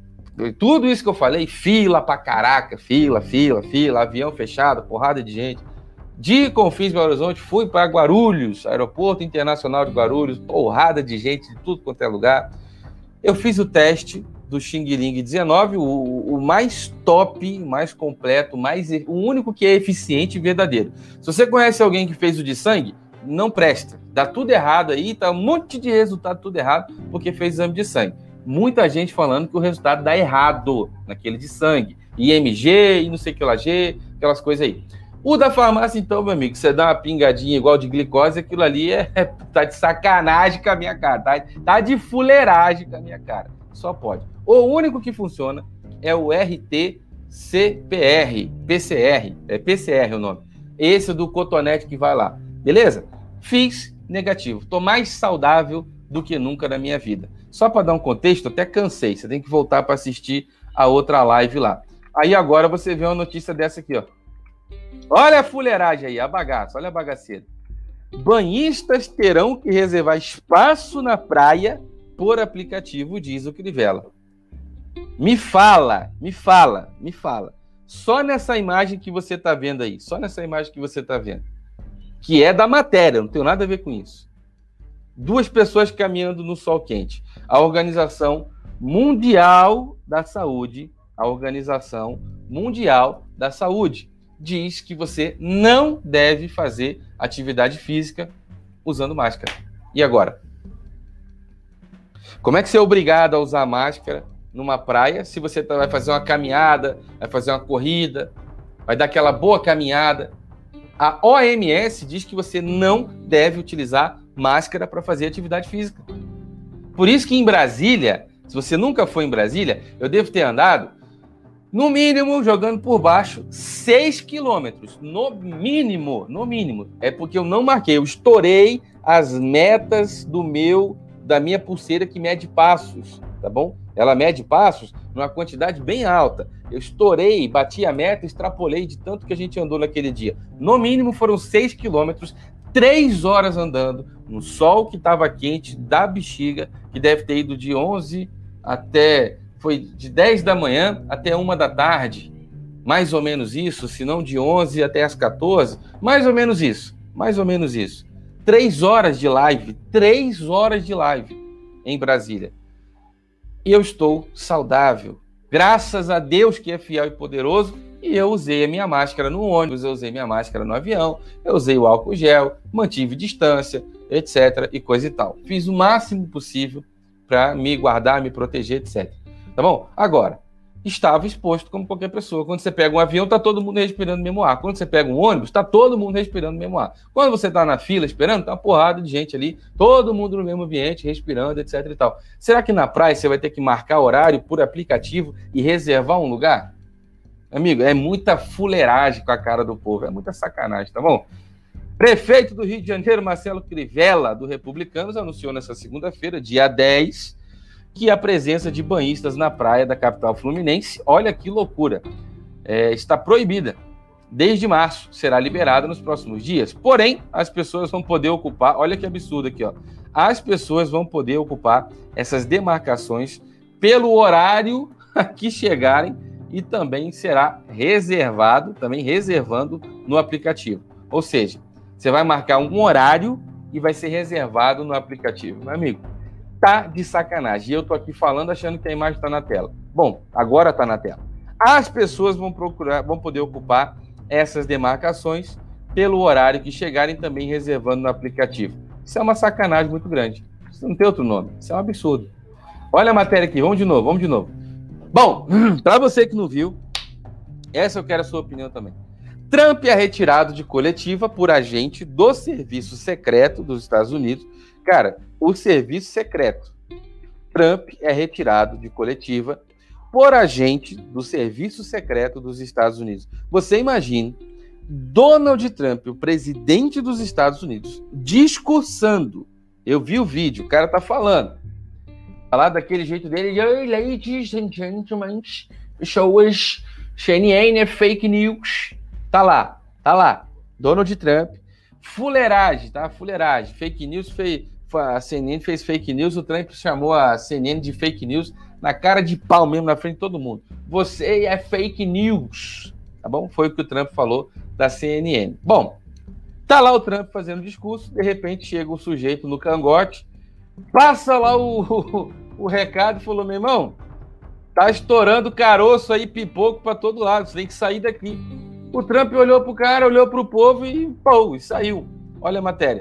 tudo isso que eu falei, fila pra caraca, fila, fila, fila, avião fechado, porrada de gente. De Confins, Belo Horizonte, fui para Guarulhos, Aeroporto Internacional de Guarulhos, porrada de gente de tudo quanto é lugar. Eu fiz o teste do Xing Ling dezenove, o, o mais top, mais completo, mais, o único que é eficiente e verdadeiro. Se você conhece alguém que fez o de sangue, não presta. Dá tudo errado aí, tá um monte de resultado tudo errado, porque fez exame de sangue. Muita gente falando que o resultado dá errado naquele de sangue. I M G e não sei o que lá, G, aquelas coisas aí. O da farmácia, então, meu amigo, você dá uma pingadinha igual de glicose, aquilo ali é, é, tá de sacanagem com a minha cara, tá, tá de fuleiragem com a minha cara. Só pode. O único que funciona é o R T C P R, P C R, é P C R o nome. Esse do cotonete que vai lá. Beleza? Fiz negativo. Tô mais saudável do que nunca na minha vida. Só para dar um contexto, até cansei. Você tem que voltar para assistir a outra live lá. Aí agora você vê uma notícia dessa aqui, ó. Olha a fuleiragem aí, a bagaça, olha a bagaceira. Banhistas terão que reservar espaço na praia por aplicativo, diz o Crivella. Me fala, me fala, me fala. Só nessa imagem que você está vendo aí, só nessa imagem que você está vendo, que é da matéria, não tem nada a ver com isso. Duas pessoas caminhando no sol quente. A Organização Mundial da Saúde, a Organização Mundial da Saúde, diz que você não deve fazer atividade física usando máscara. E agora? Como é que você é obrigado a usar máscara numa praia se você vai fazer uma caminhada, vai fazer uma corrida, vai dar aquela boa caminhada? A O M S diz que você não deve utilizar máscara para fazer atividade física. Por isso que em Brasília, se você nunca foi em Brasília, eu devo ter andado, no mínimo, jogando por baixo, seis quilômetros. No mínimo, no mínimo. É porque eu não marquei, eu estourei as metas do meu, da minha pulseira que mede passos, tá bom? Ela mede passos numa quantidade bem alta. Eu estourei, bati a meta, extrapolei de tanto que a gente andou naquele dia. No mínimo foram seis quilômetros, três horas andando, no sol que estava quente, da bexiga, que deve ter ido de onze até... Foi de dez da manhã até uma da tarde, mais ou menos isso, se não de onze até as quatorze, mais ou menos isso, mais ou menos isso. Três horas de live, três horas de live em Brasília. E eu estou saudável, graças a Deus que é fiel e poderoso, e eu usei a minha máscara no ônibus, eu usei minha máscara no avião, eu usei o álcool gel, mantive distância, etc, e coisa e tal. Fiz o máximo possível para me guardar, me proteger, etcétera. Tá bom? Agora, estava exposto como qualquer pessoa. Quando você pega um avião, está todo mundo respirando o mesmo ar. Quando você pega um ônibus, está todo mundo respirando o mesmo ar. Quando você está na fila esperando, está uma porrada de gente ali, todo mundo no mesmo ambiente, respirando, etc e tal. Será que na praia você vai ter que marcar horário por aplicativo e reservar um lugar? Amigo, é muita fuleiragem com a cara do povo, é muita sacanagem, tá bom? Prefeito do Rio de Janeiro, Marcelo Crivella, do Republicanos, anunciou nesta segunda-feira, dia dez, que a presença de banhistas na praia da capital fluminense, olha que loucura, é, está proibida. Desde março, será liberada nos próximos dias. Porém, as pessoas vão poder ocupar, olha que absurdo aqui, ó. As pessoas vão poder ocupar essas demarcações pelo horário que chegarem e também será reservado, também reservando no aplicativo. Ou seja, você vai marcar um horário e vai ser reservado no aplicativo. Meu amigo, tá de sacanagem. E eu tô aqui falando achando que a imagem está na tela. Bom, agora está na tela. As pessoas vão procurar, vão poder ocupar essas demarcações pelo horário que chegarem, também reservando no aplicativo. Isso é uma sacanagem muito grande. Isso não tem outro nome. Isso é um absurdo. Olha a matéria aqui. Vamos de novo, vamos de novo. Bom, para você que não viu, essa eu quero a sua opinião também. Trump é retirado de coletiva por agente do Serviço Secreto dos Estados Unidos. Cara, o Serviço Secreto. Trump é retirado de coletiva por agente do Serviço Secreto dos Estados Unidos. Você imagina Donald Trump, o presidente dos Estados Unidos, discursando. Eu vi o vídeo, o cara tá falando. Falar daquele jeito dele. Ladies and gentlemen, pessoas, C N N é fake news. Tá lá, tá lá. Donald Trump, fuleiragem, tá? Fuleiragem. Fake news, fez, a C N N fez fake news, o Trump chamou a C N N de fake news na cara de pau mesmo, na frente de todo mundo. Você é fake news, tá bom? Foi o que o Trump falou da C N N. Bom, tá lá o Trump fazendo discurso, de repente chega um sujeito no cangote, passa lá o, o, o recado e falou, meu irmão, tá estourando caroço aí, pipoco pra todo lado, você tem que sair daqui. O Trump olhou pro cara, olhou pro povo e pô, e saiu. Olha a matéria.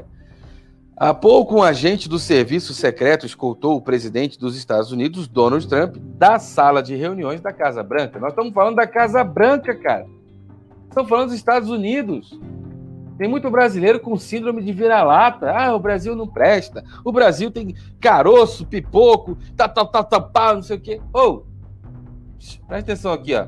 Há pouco, um agente do Serviço Secreto escoltou o presidente dos Estados Unidos, Donald Trump, da sala de reuniões da Casa Branca. Nós estamos falando da Casa Branca, cara. Estamos falando dos Estados Unidos. Tem muito brasileiro com síndrome de vira-lata. Ah, o Brasil não presta. O Brasil tem caroço, pipoco, tá, tá, tá, tá, pá, não sei o quê. Ô, oh, presta atenção aqui, ó.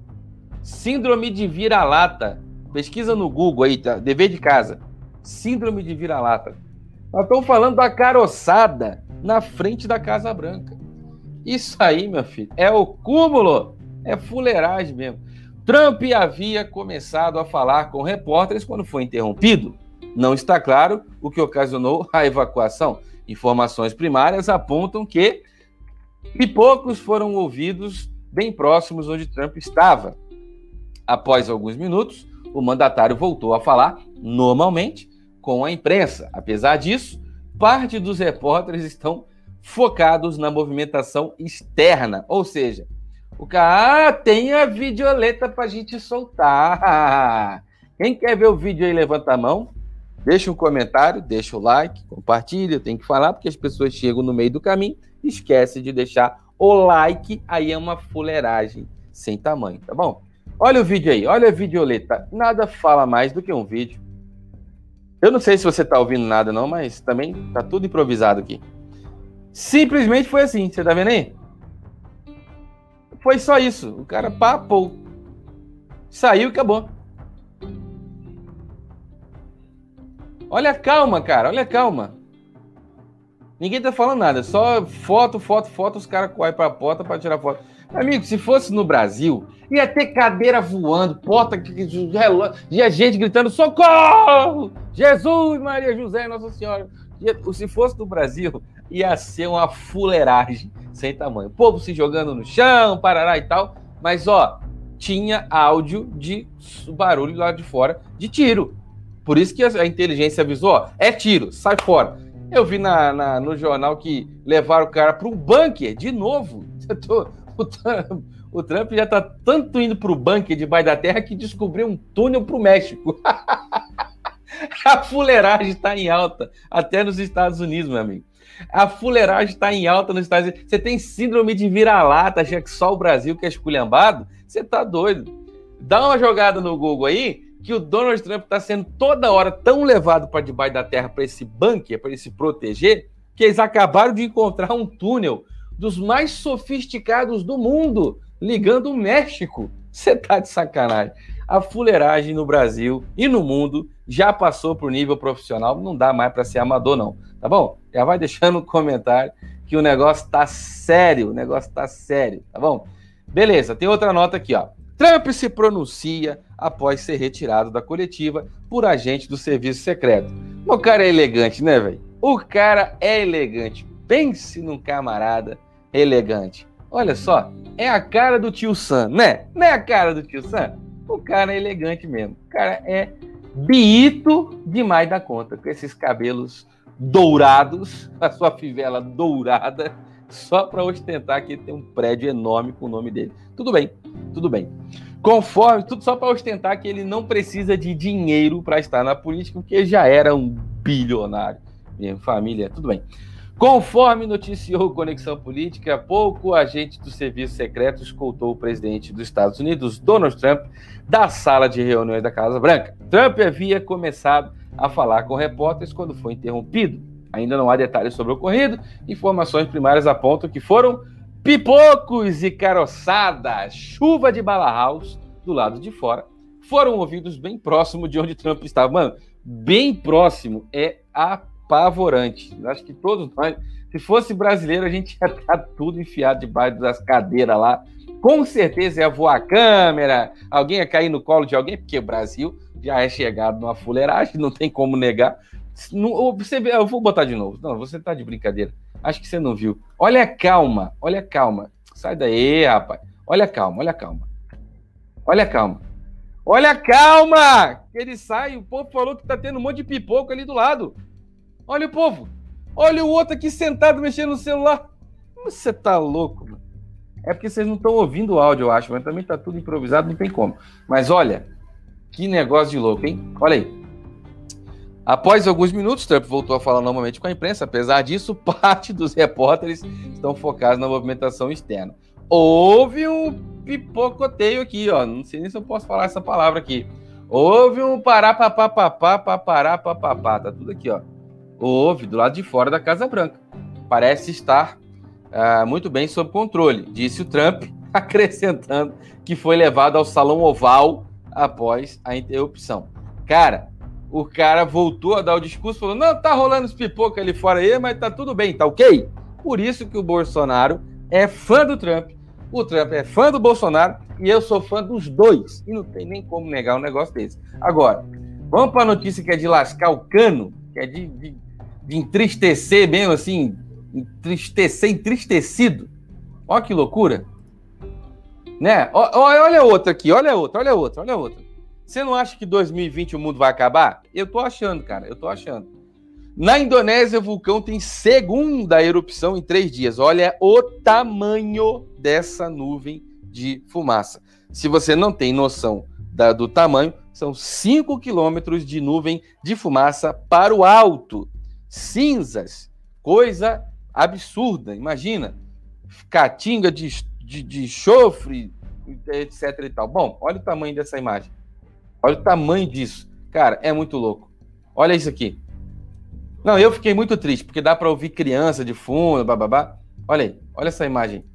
Síndrome de vira-lata. Pesquisa no Google aí, tá? Dever de casa. Síndrome de vira-lata. Nós estamos falando da caroçada na frente da Casa Branca. Isso aí, meu filho, é o cúmulo. É fuleiragem mesmo. Trump havia começado a falar com repórteres quando foi interrompido. Não está claro o que ocasionou a evacuação. Informações primárias apontam que pipocos foram ouvidos bem próximos onde Trump estava. Após alguns minutos, o mandatário voltou a falar normalmente com a imprensa. Apesar disso, parte dos repórteres estão focados na movimentação externa, ou seja, o cara, ah, tem a videoleta pra gente soltar. Quem quer ver o vídeo aí, levanta a mão, deixa um comentário, deixa o like, compartilha, tem que falar, porque as pessoas chegam no meio do caminho, esquece de deixar o like, aí é uma fuleiragem sem tamanho, tá bom? Olha o vídeo aí, olha a videoleta, nada fala mais do que um vídeo. Eu não sei se você tá ouvindo nada não, mas também tá tudo improvisado aqui. Simplesmente foi assim, você tá vendo aí? Foi só isso, o cara papou, saiu e acabou. Olha a calma, cara, olha a calma. Ninguém tá falando nada, só foto, foto, foto, os caras correm pra porta pra tirar foto. Amigo, se fosse no Brasil, ia ter cadeira voando, porta, ia gente gritando, socorro! Jesus, Maria, José, Nossa Senhora. Se fosse no Brasil, ia ser uma fuleiragem sem tamanho. O povo se jogando no chão, parará e tal. Mas, ó, tinha áudio de barulho lá de fora de tiro. Por isso que a inteligência avisou, ó, é tiro, sai fora. Eu vi na, na, no jornal que levaram o cara para um bunker de novo. Eu tô, o, Trump, o Trump já tá tanto indo para o bunker debaixo da terra que descobriu um túnel para o México. A fuleiragem está em alta, até nos Estados Unidos, meu amigo. A fuleiragem está em alta nos Estados Unidos. Você tem síndrome de vira-lata, acha que só o Brasil que é esculhambado? Você tá doido. Dá uma jogada no Google aí, que o Donald Trump está sendo toda hora tão levado para debaixo da terra, para esse bunker, para ele se proteger, que eles acabaram de encontrar um túnel dos mais sofisticados do mundo, ligando o México. Você tá de sacanagem. A fuleiragem no Brasil e no mundo já passou para o nível profissional, não dá mais para ser amador não, tá bom? Já vai deixando um comentário que o negócio tá sério, o negócio tá sério, tá bom? Beleza, tem outra nota aqui, ó. Trump se pronuncia após ser retirado da coletiva por agente do serviço secreto. O cara é elegante, né, velho? O cara é elegante. Pense num camarada elegante. Olha só, é a cara do tio Sam, né? Não é a cara do tio Sam? O cara é elegante mesmo. O cara é biito demais da conta, com esses cabelos dourados, a sua fivela dourada, só para ostentar que ele tem um prédio enorme com o nome dele. Tudo bem, tudo bem. Conforme, tudo só para ostentar que ele não precisa de dinheiro para estar na política, porque ele já era um bilionário. Minha família, tudo bem. Conforme noticiou Conexão Política, há pouco o agente do serviço secreto escoltou o presidente dos Estados Unidos, Donald Trump, da sala de reuniões da Casa Branca. Trump havia começado a falar com repórteres quando foi interrompido. Ainda não há detalhes sobre o ocorrido. Informações primárias apontam que foram pipocos e caroçada, chuva de bala house do lado de fora. Foram ouvidos bem próximo de onde Trump estava. Mano, bem próximo é apavorante. Acho que todos nós, se fosse brasileiro, a gente ia estar tudo enfiado debaixo das cadeiras lá. Com certeza ia voar a câmera, alguém ia cair no colo de alguém, porque o Brasil já é chegado numa fuleiragem, não tem como negar. Não, você, eu vou botar de novo. Não, você tá de brincadeira. Acho que você não viu. Olha a calma, olha a calma. Sai daí, rapaz. Olha a calma, olha a calma. Olha a calma. Olha a calma! Ele sai, o povo falou que tá tendo um monte de pipoco ali do lado. Olha o povo. Olha o outro aqui sentado mexendo no celular. Você tá louco, mano. É porque vocês não estão ouvindo o áudio, eu acho, mas também tá tudo improvisado, não tem como. Mas olha, que negócio de louco, hein? Olha aí. Após alguns minutos, Trump voltou a falar normalmente com a imprensa. Apesar disso, parte dos repórteres estão focados na movimentação externa. Houve um pipocoteio aqui, ó. Não sei nem se eu posso falar essa palavra aqui. Houve um pará, papá, papá, papará, papapá. Tá tudo aqui, ó. Houve do lado de fora da Casa Branca. Parece estar uh, muito bem sob controle, disse o Trump, acrescentando que foi levado ao Salão Oval após a interrupção. Cara, o cara voltou a dar o discurso, falou, não, tá rolando os pipocos ali fora aí, mas tá tudo bem, tá ok? Por isso que o Bolsonaro é fã do Trump, o Trump é fã do Bolsonaro e eu sou fã dos dois. E não tem nem como negar um negócio desse. Agora, vamos para a notícia que é de lascar o cano, que é de, de, de entristecer mesmo, assim, entristecer, entristecido. Olha que loucura. Né? Olha outra aqui, olha outra, olha outra, olha outra. Você não acha que dois mil e vinte o mundo vai acabar? Eu tô achando, cara, eu tô achando. Na Indonésia, o vulcão tem segunda erupção em três dias. Olha o tamanho dessa nuvem de fumaça. Se você não tem noção da, do tamanho, são cinco quilômetros de nuvem de fumaça para o alto. Cinzas, coisa absurda, imagina. Caatinga de, de, de chofre, etc e tal. Bom, olha o tamanho dessa imagem. Olha o tamanho disso. Cara, é muito louco. Olha isso aqui. Não, eu fiquei muito triste, porque dá para ouvir criança de fundo, bababá. Olha aí, olha essa imagem.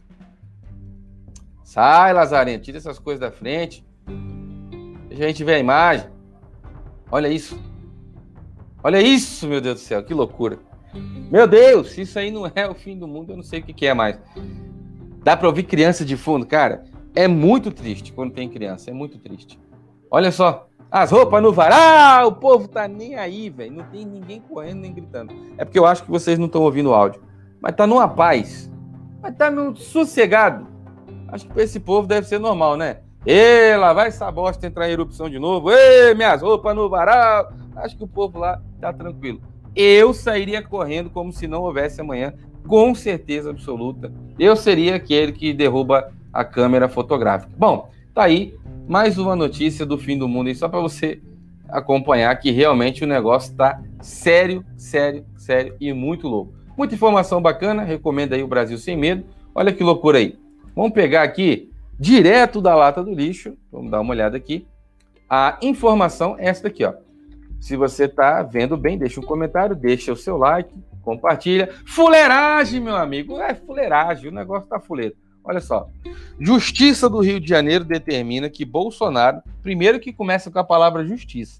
Sai, Lazarento, tira essas coisas da frente. Deixa a gente ver a imagem. Olha isso. Olha isso, meu Deus do céu, que loucura. Meu Deus, se isso aí não é o fim do mundo, eu não sei o que, que é mais. Dá para ouvir criança de fundo, cara. É muito triste quando tem criança, é muito triste. Olha só, as roupas no varal, o povo tá nem aí, velho. Não tem ninguém correndo nem gritando. É porque eu acho que vocês não estão ouvindo o áudio. Mas tá numa paz. Mas tá num sossegado. Acho que pra esse povo deve ser normal, né? Ê, lá vai essa bosta entrar em erupção de novo. Ê, minhas roupas no varal. Acho que o povo lá tá tranquilo. Eu sairia correndo como se não houvesse amanhã, com certeza absoluta. Eu seria aquele que derruba a câmera fotográfica. Bom, tá aí mais uma notícia do fim do mundo, e só para você acompanhar que realmente o negócio tá sério, sério, sério e muito louco. Muita informação bacana, recomendo aí o Brasil Sem Medo. Olha que loucura aí. Vamos pegar aqui, direto da lata do lixo, vamos dar uma olhada aqui. A informação é essa daqui, ó. Se você tá vendo bem, deixa um comentário, deixa o seu like, compartilha. Fuleiragem, meu amigo, é fuleiragem, o negócio tá fuleiro. Olha só. Justiça do Rio de Janeiro determina que Bolsonaro, primeiro que começa com a palavra justiça.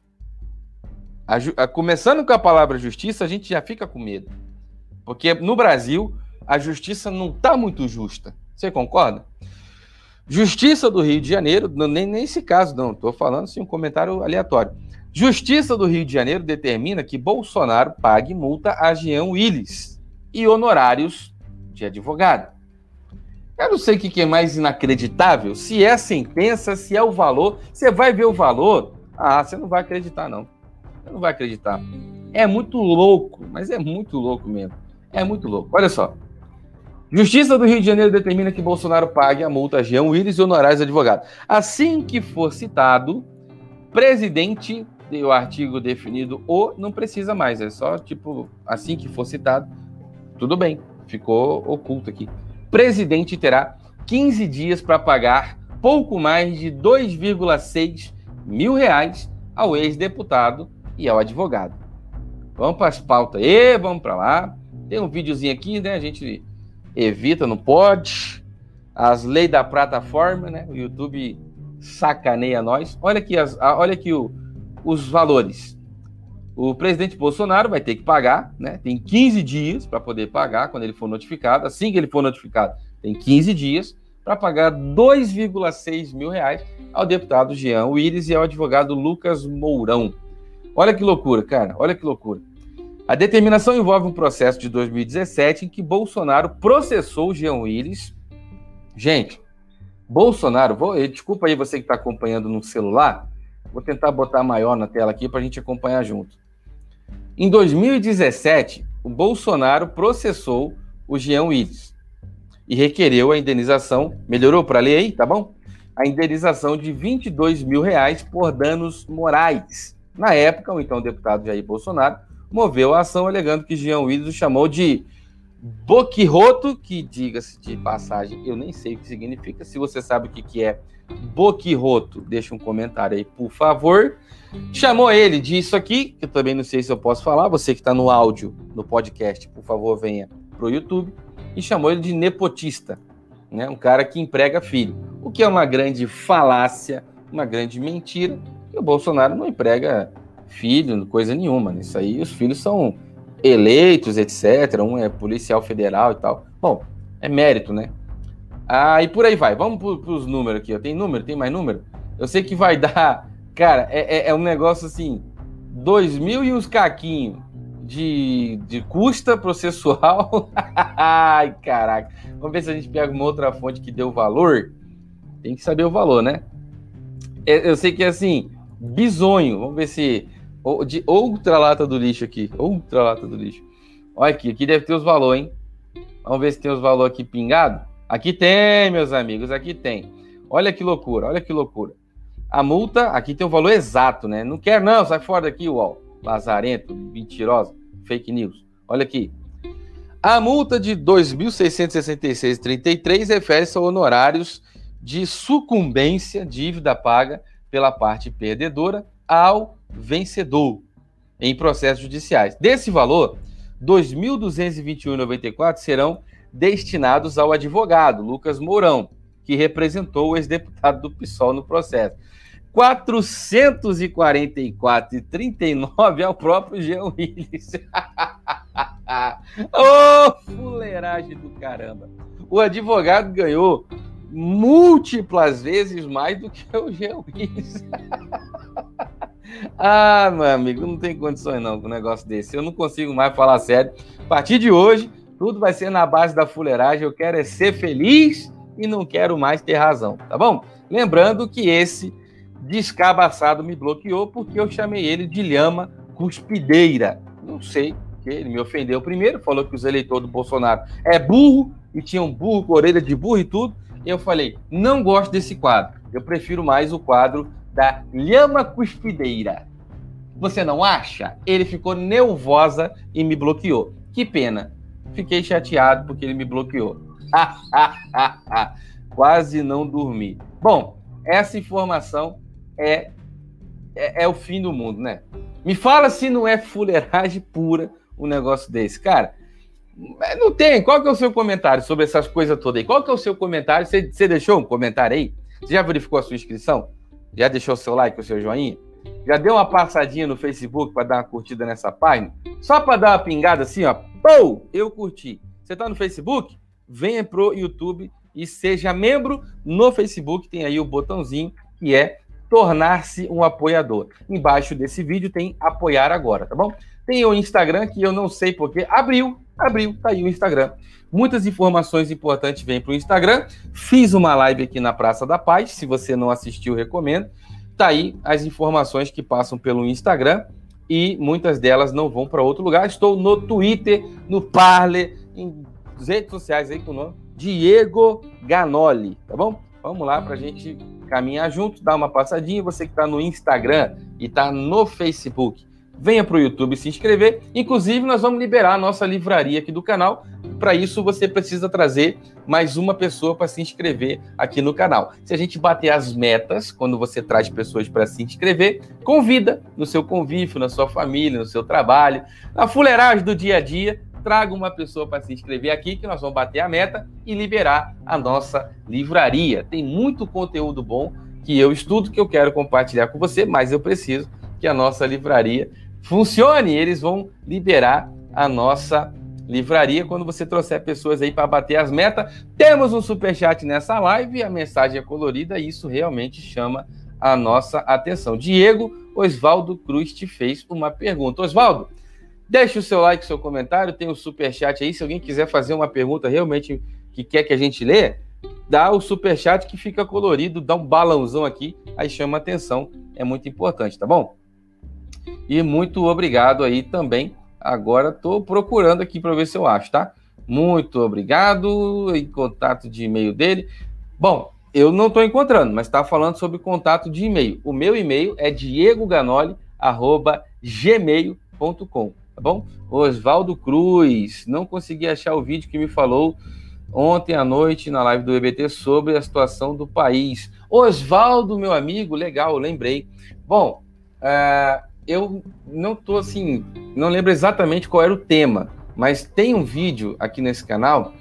A ju... a, começando com a palavra justiça, a gente já fica com medo. Porque no Brasil, a justiça não está muito justa. Você concorda? Justiça do Rio de Janeiro, nem nesse caso não, estou falando assim, um comentário aleatório. Justiça do Rio de Janeiro determina que Bolsonaro pague multa a Jean Willis e honorários de advogado. Eu não sei o que é mais inacreditável, se é a sentença, se é o valor. Você vai ver o valor, ah, você não vai acreditar não. Você não vai acreditar. É muito louco, mas é muito louco mesmo. É muito louco. Olha só. Justiça do Rio de Janeiro determina que Bolsonaro pague a multa a Jean Willis e honorários de advogado. Assim que for citado, presidente, o artigo definido o, não precisa mais, é só tipo, assim que for citado, tudo bem, ficou oculto aqui. Presidente terá quinze dias para pagar pouco mais de dois vírgula seis mil reais ao ex-deputado e ao advogado. Vamos para as pautas aí, vamos para lá. Tem um videozinho aqui, né? A gente evita, não pode. As leis da plataforma, né? O YouTube sacaneia nós. Olha aqui, as, olha aqui o, os valores. O presidente Bolsonaro vai ter que pagar, né? Tem quinze dias para poder pagar quando ele for notificado. Assim que ele for notificado, tem quinze dias para pagar dois vírgula seis mil reais ao deputado Jean Willis e ao advogado Lucas Mourão. Olha que loucura, cara. Olha que loucura. A determinação envolve um processo de dois mil e dezessete em que Bolsonaro processou Jean Willis. Gente, Bolsonaro, vou, desculpa aí você que está acompanhando no celular, vou tentar botar maior na tela aqui para a gente acompanhar junto. Em dois mil e dezessete, o Bolsonaro processou o Jean Willis e requereu a indenização, melhorou para ler aí, tá bom? A indenização de vinte e dois mil reais por danos morais. Na época, o então deputado Jair Bolsonaro moveu a ação alegando que Jean Willis o chamou de boquirroto, que, diga-se de passagem, eu nem sei o que significa. Se você sabe o que, que é boquirroto, deixa um comentário aí, por favor. Chamou ele disso aqui, que eu também não sei se eu posso falar, você que está no áudio, no podcast, por favor, venha pro YouTube, e chamou ele de nepotista, né? Um cara que emprega filho, o que é uma grande falácia, uma grande mentira, que o Bolsonaro não emprega filho, coisa nenhuma, isso aí os filhos são eleitos, etcétera, um é policial federal e tal, bom, é mérito, né? Ah, e por aí vai, vamos para os números aqui, ó. Tem número, tem mais número? Eu sei que vai dar, cara, é, é, é um negócio assim, dois mil e uns caquinhos de, de custa processual, ai caraca, vamos ver se a gente pega uma outra fonte que deu valor, tem que saber o valor, né? Eu sei que é assim, bizonho, vamos ver se... De outra lata do lixo aqui, outra lata do lixo. Olha aqui, aqui deve ter os valores, hein? Vamos ver se tem os valores aqui pingado. Aqui tem, meus amigos, aqui tem. Olha que loucura, olha que loucura. A multa, aqui tem o valor exato, né? Não quer não, sai fora daqui, uau. Lazarento, mentirosa, fake news. Olha aqui. A multa de dois mil seiscentos e sessenta e seis vírgula trinta e três refere-se a honorários de sucumbência, dívida paga pela parte perdedora ao vencedor em processos judiciais. Desse valor, dois mil duzentos e vinte e um vírgula noventa e quatro serão destinados ao advogado Lucas Mourão, que representou o ex-deputado do PSOL no processo. quatrocentos e quarenta e quatro vírgula trinta e nove ao próprio Jean Willis. Ô, oh, fuleiragem do caramba. O advogado ganhou múltiplas vezes mais do que o Jean Willis. Ah, meu amigo, não tem condições não com um negócio desse. Eu não consigo mais falar sério. A partir de hoje, tudo vai ser na base da fuleiragem. Eu quero é ser feliz e não quero mais ter razão, tá bom? Lembrando que esse descabaçado me bloqueou porque eu chamei ele de lhama cuspideira. Não sei, porque ele me ofendeu primeiro, falou que os eleitores do Bolsonaro é burro e tinha um burro com orelha de burro e tudo. E eu falei, não gosto desse quadro. Eu prefiro mais o quadro da lhama cuspideira. Você não acha? Ele ficou nervosa e me bloqueou. Que pena. Fiquei chateado porque ele me bloqueou. Quase não dormi. Bom, essa informação é, é, é o fim do mundo, né? Me fala se não é fuleiragem pura um negócio desse. Cara, Não tem. Qual que é o seu comentário sobre essas coisas todas aí? Qual que é o seu comentário? Você, você deixou um comentário aí? Você já verificou a sua inscrição? Já deixou o seu like, o seu joinha? Já deu uma passadinha no Facebook para dar uma curtida nessa página? Só para dar uma pingada assim, ó. Pô, eu curti. Você tá no Facebook? Venha pro YouTube e seja membro no Facebook. Tem aí o botãozinho que é tornar-se um apoiador. Embaixo desse vídeo tem apoiar agora, tá bom? Tem o Instagram, que eu não sei porque abriu, abriu, tá aí o Instagram. Muitas informações importantes vêm para o Instagram. Fiz uma live aqui na Praça da Paz. Se você não assistiu, recomendo. Tá aí as informações que passam pelo Instagram e muitas delas não vão para outro lugar. Estou no Twitter, no Parler, em redes sociais aí com o nome Diego Ganoli, tá bom? Vamos lá para a gente caminhar junto, dar uma passadinha. Você que está no Instagram e está no Facebook, venha para o YouTube se inscrever. Inclusive, nós vamos liberar a nossa livraria aqui do canal. Para isso, você precisa trazer mais uma pessoa para se inscrever aqui no canal. Se a gente bater as metas, quando você traz pessoas para se inscrever, convida no seu convívio, na sua família, no seu trabalho, na fuleiragem do dia a dia, traga uma pessoa para se inscrever aqui, que nós vamos bater a meta e liberar a nossa livraria. Tem muito conteúdo bom que eu estudo, que eu quero compartilhar com você, mas eu preciso que a nossa livraria funcione. Eles vão liberar a nossa livraria quando você trouxer pessoas aí para bater as metas. Temos um superchat nessa live, a mensagem é colorida e isso realmente chama a nossa atenção. Diego Osvaldo Cruz te fez uma pergunta. Osvaldo, deixa o seu like, o seu comentário, tem o superchat aí. Se alguém quiser fazer uma pergunta realmente que quer que a gente lê, dá o superchat que fica colorido, dá um balãozão aqui, aí chama a atenção. É muito importante, tá bom? E muito obrigado aí também. Agora estou procurando aqui para ver se eu acho, tá? Muito obrigado. Em contato de e-mail dele. Bom, eu não estou encontrando, mas está falando sobre contato de e-mail. O meu e-mail é diego ganoli arroba gmail ponto com, tá bom? Osvaldo Cruz, não consegui achar o vídeo que me falou ontem à noite na live do E B T sobre a situação do país. Osvaldo, meu amigo, legal, lembrei. Bom, uh, eu não tô assim, não lembro exatamente qual era o tema, mas tem um vídeo aqui nesse canal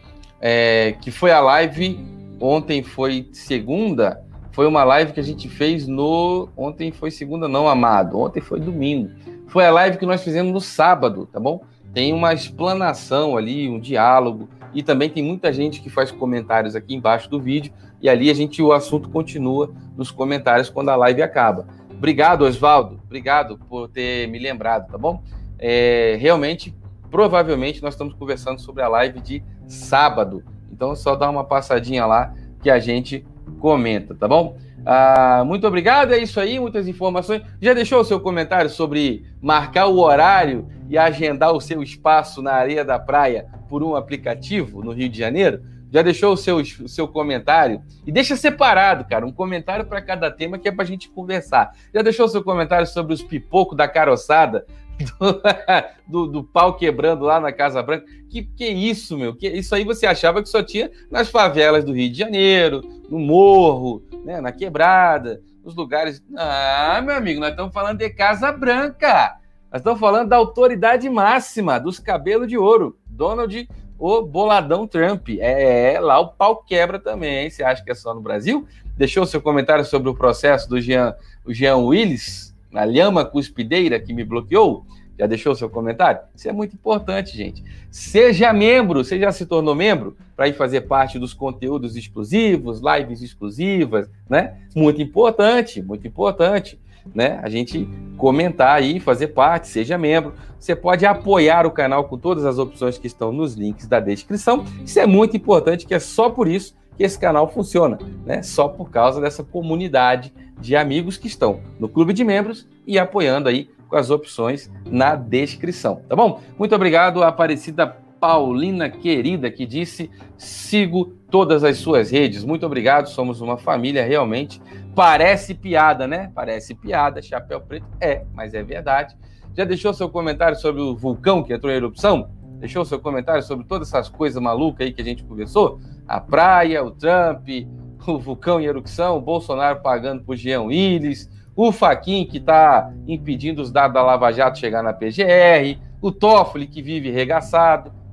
é, que foi a live, ontem foi segunda, foi uma live que a gente fez no... Ontem foi segunda não, amado, ontem foi domingo. Foi a live que nós fizemos no sábado, tá bom? Tem uma explanação ali, um diálogo, e também tem muita gente que faz comentários aqui embaixo do vídeo, e ali a gente, o assunto continua nos comentários quando a live acaba. Obrigado, Osvaldo. Obrigado por ter me lembrado, tá bom? É, realmente, provavelmente, nós estamos conversando sobre a live de sábado. Então, é só dar uma passadinha lá que a gente comenta, tá bom? Ah, muito obrigado, é isso aí, muitas informações. Já deixou o seu comentário sobre marcar o horário e agendar o seu espaço na areia da praia por um aplicativo no Rio de Janeiro? Já deixou o seu, o seu comentário? E deixa separado, cara, um comentário para cada tema que é para a gente conversar. Já deixou o seu comentário sobre os pipocos da caroçada? Do, do, do pau quebrando lá na Casa Branca? Que que isso, meu? Que, isso aí você achava que só tinha nas favelas do Rio de Janeiro, no morro, né, na quebrada, nos lugares... Ah, meu amigo, nós estamos falando de Casa Branca. Nós estamos falando da autoridade máxima, dos cabelos de ouro. Donald... O boladão Trump. É, lá o pau quebra também. Você acha que é só no Brasil? Deixou seu comentário sobre o processo do Jean, o Jean Willis, na lhama cuspideira que me bloqueou? Já deixou seu comentário? Isso é muito importante, gente. Seja membro. Você já se tornou membro para ir fazer parte dos conteúdos exclusivos, lives exclusivas, né? Muito importante, muito importante, né? A gente comentar aí, fazer parte, seja membro. Você pode apoiar o canal com todas as opções que estão nos links da descrição. Isso é muito importante, que é só por isso que esse canal funciona, né? Só por causa dessa comunidade de amigos que estão no clube de membros e apoiando aí com as opções na descrição, tá bom? Muito obrigado, Aparecida Paulina querida, que disse: sigo todas as suas redes. Muito obrigado, somos uma família realmente. Parece piada, né? Parece piada, chapéu preto. É, mas é verdade. Já deixou seu comentário sobre o vulcão que entrou em erupção? Deixou seu comentário sobre todas essas coisas malucas aí que a gente conversou? A praia, o Trump, o vulcão em erupção, o Bolsonaro pagando por Jean Willis, o Fachin que está impedindo os dados da Lava Jato chegar na P G R, o Toffoli que vive regaçado.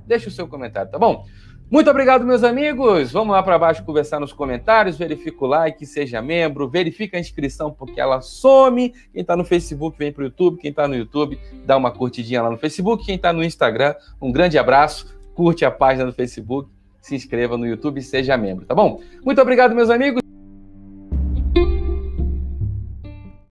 Deixa o seu comentário, tá bom? Muito obrigado, meus amigos. Vamos lá para baixo conversar nos comentários. Verifica o like, seja membro. Verifica a inscrição, porque ela some. Quem está no Facebook, vem para o YouTube. Quem está no YouTube, dá uma curtidinha lá no Facebook. Quem está no Instagram, um grande abraço. Curte a página do Facebook, se inscreva no YouTube e seja membro, tá bom? Muito obrigado, meus amigos.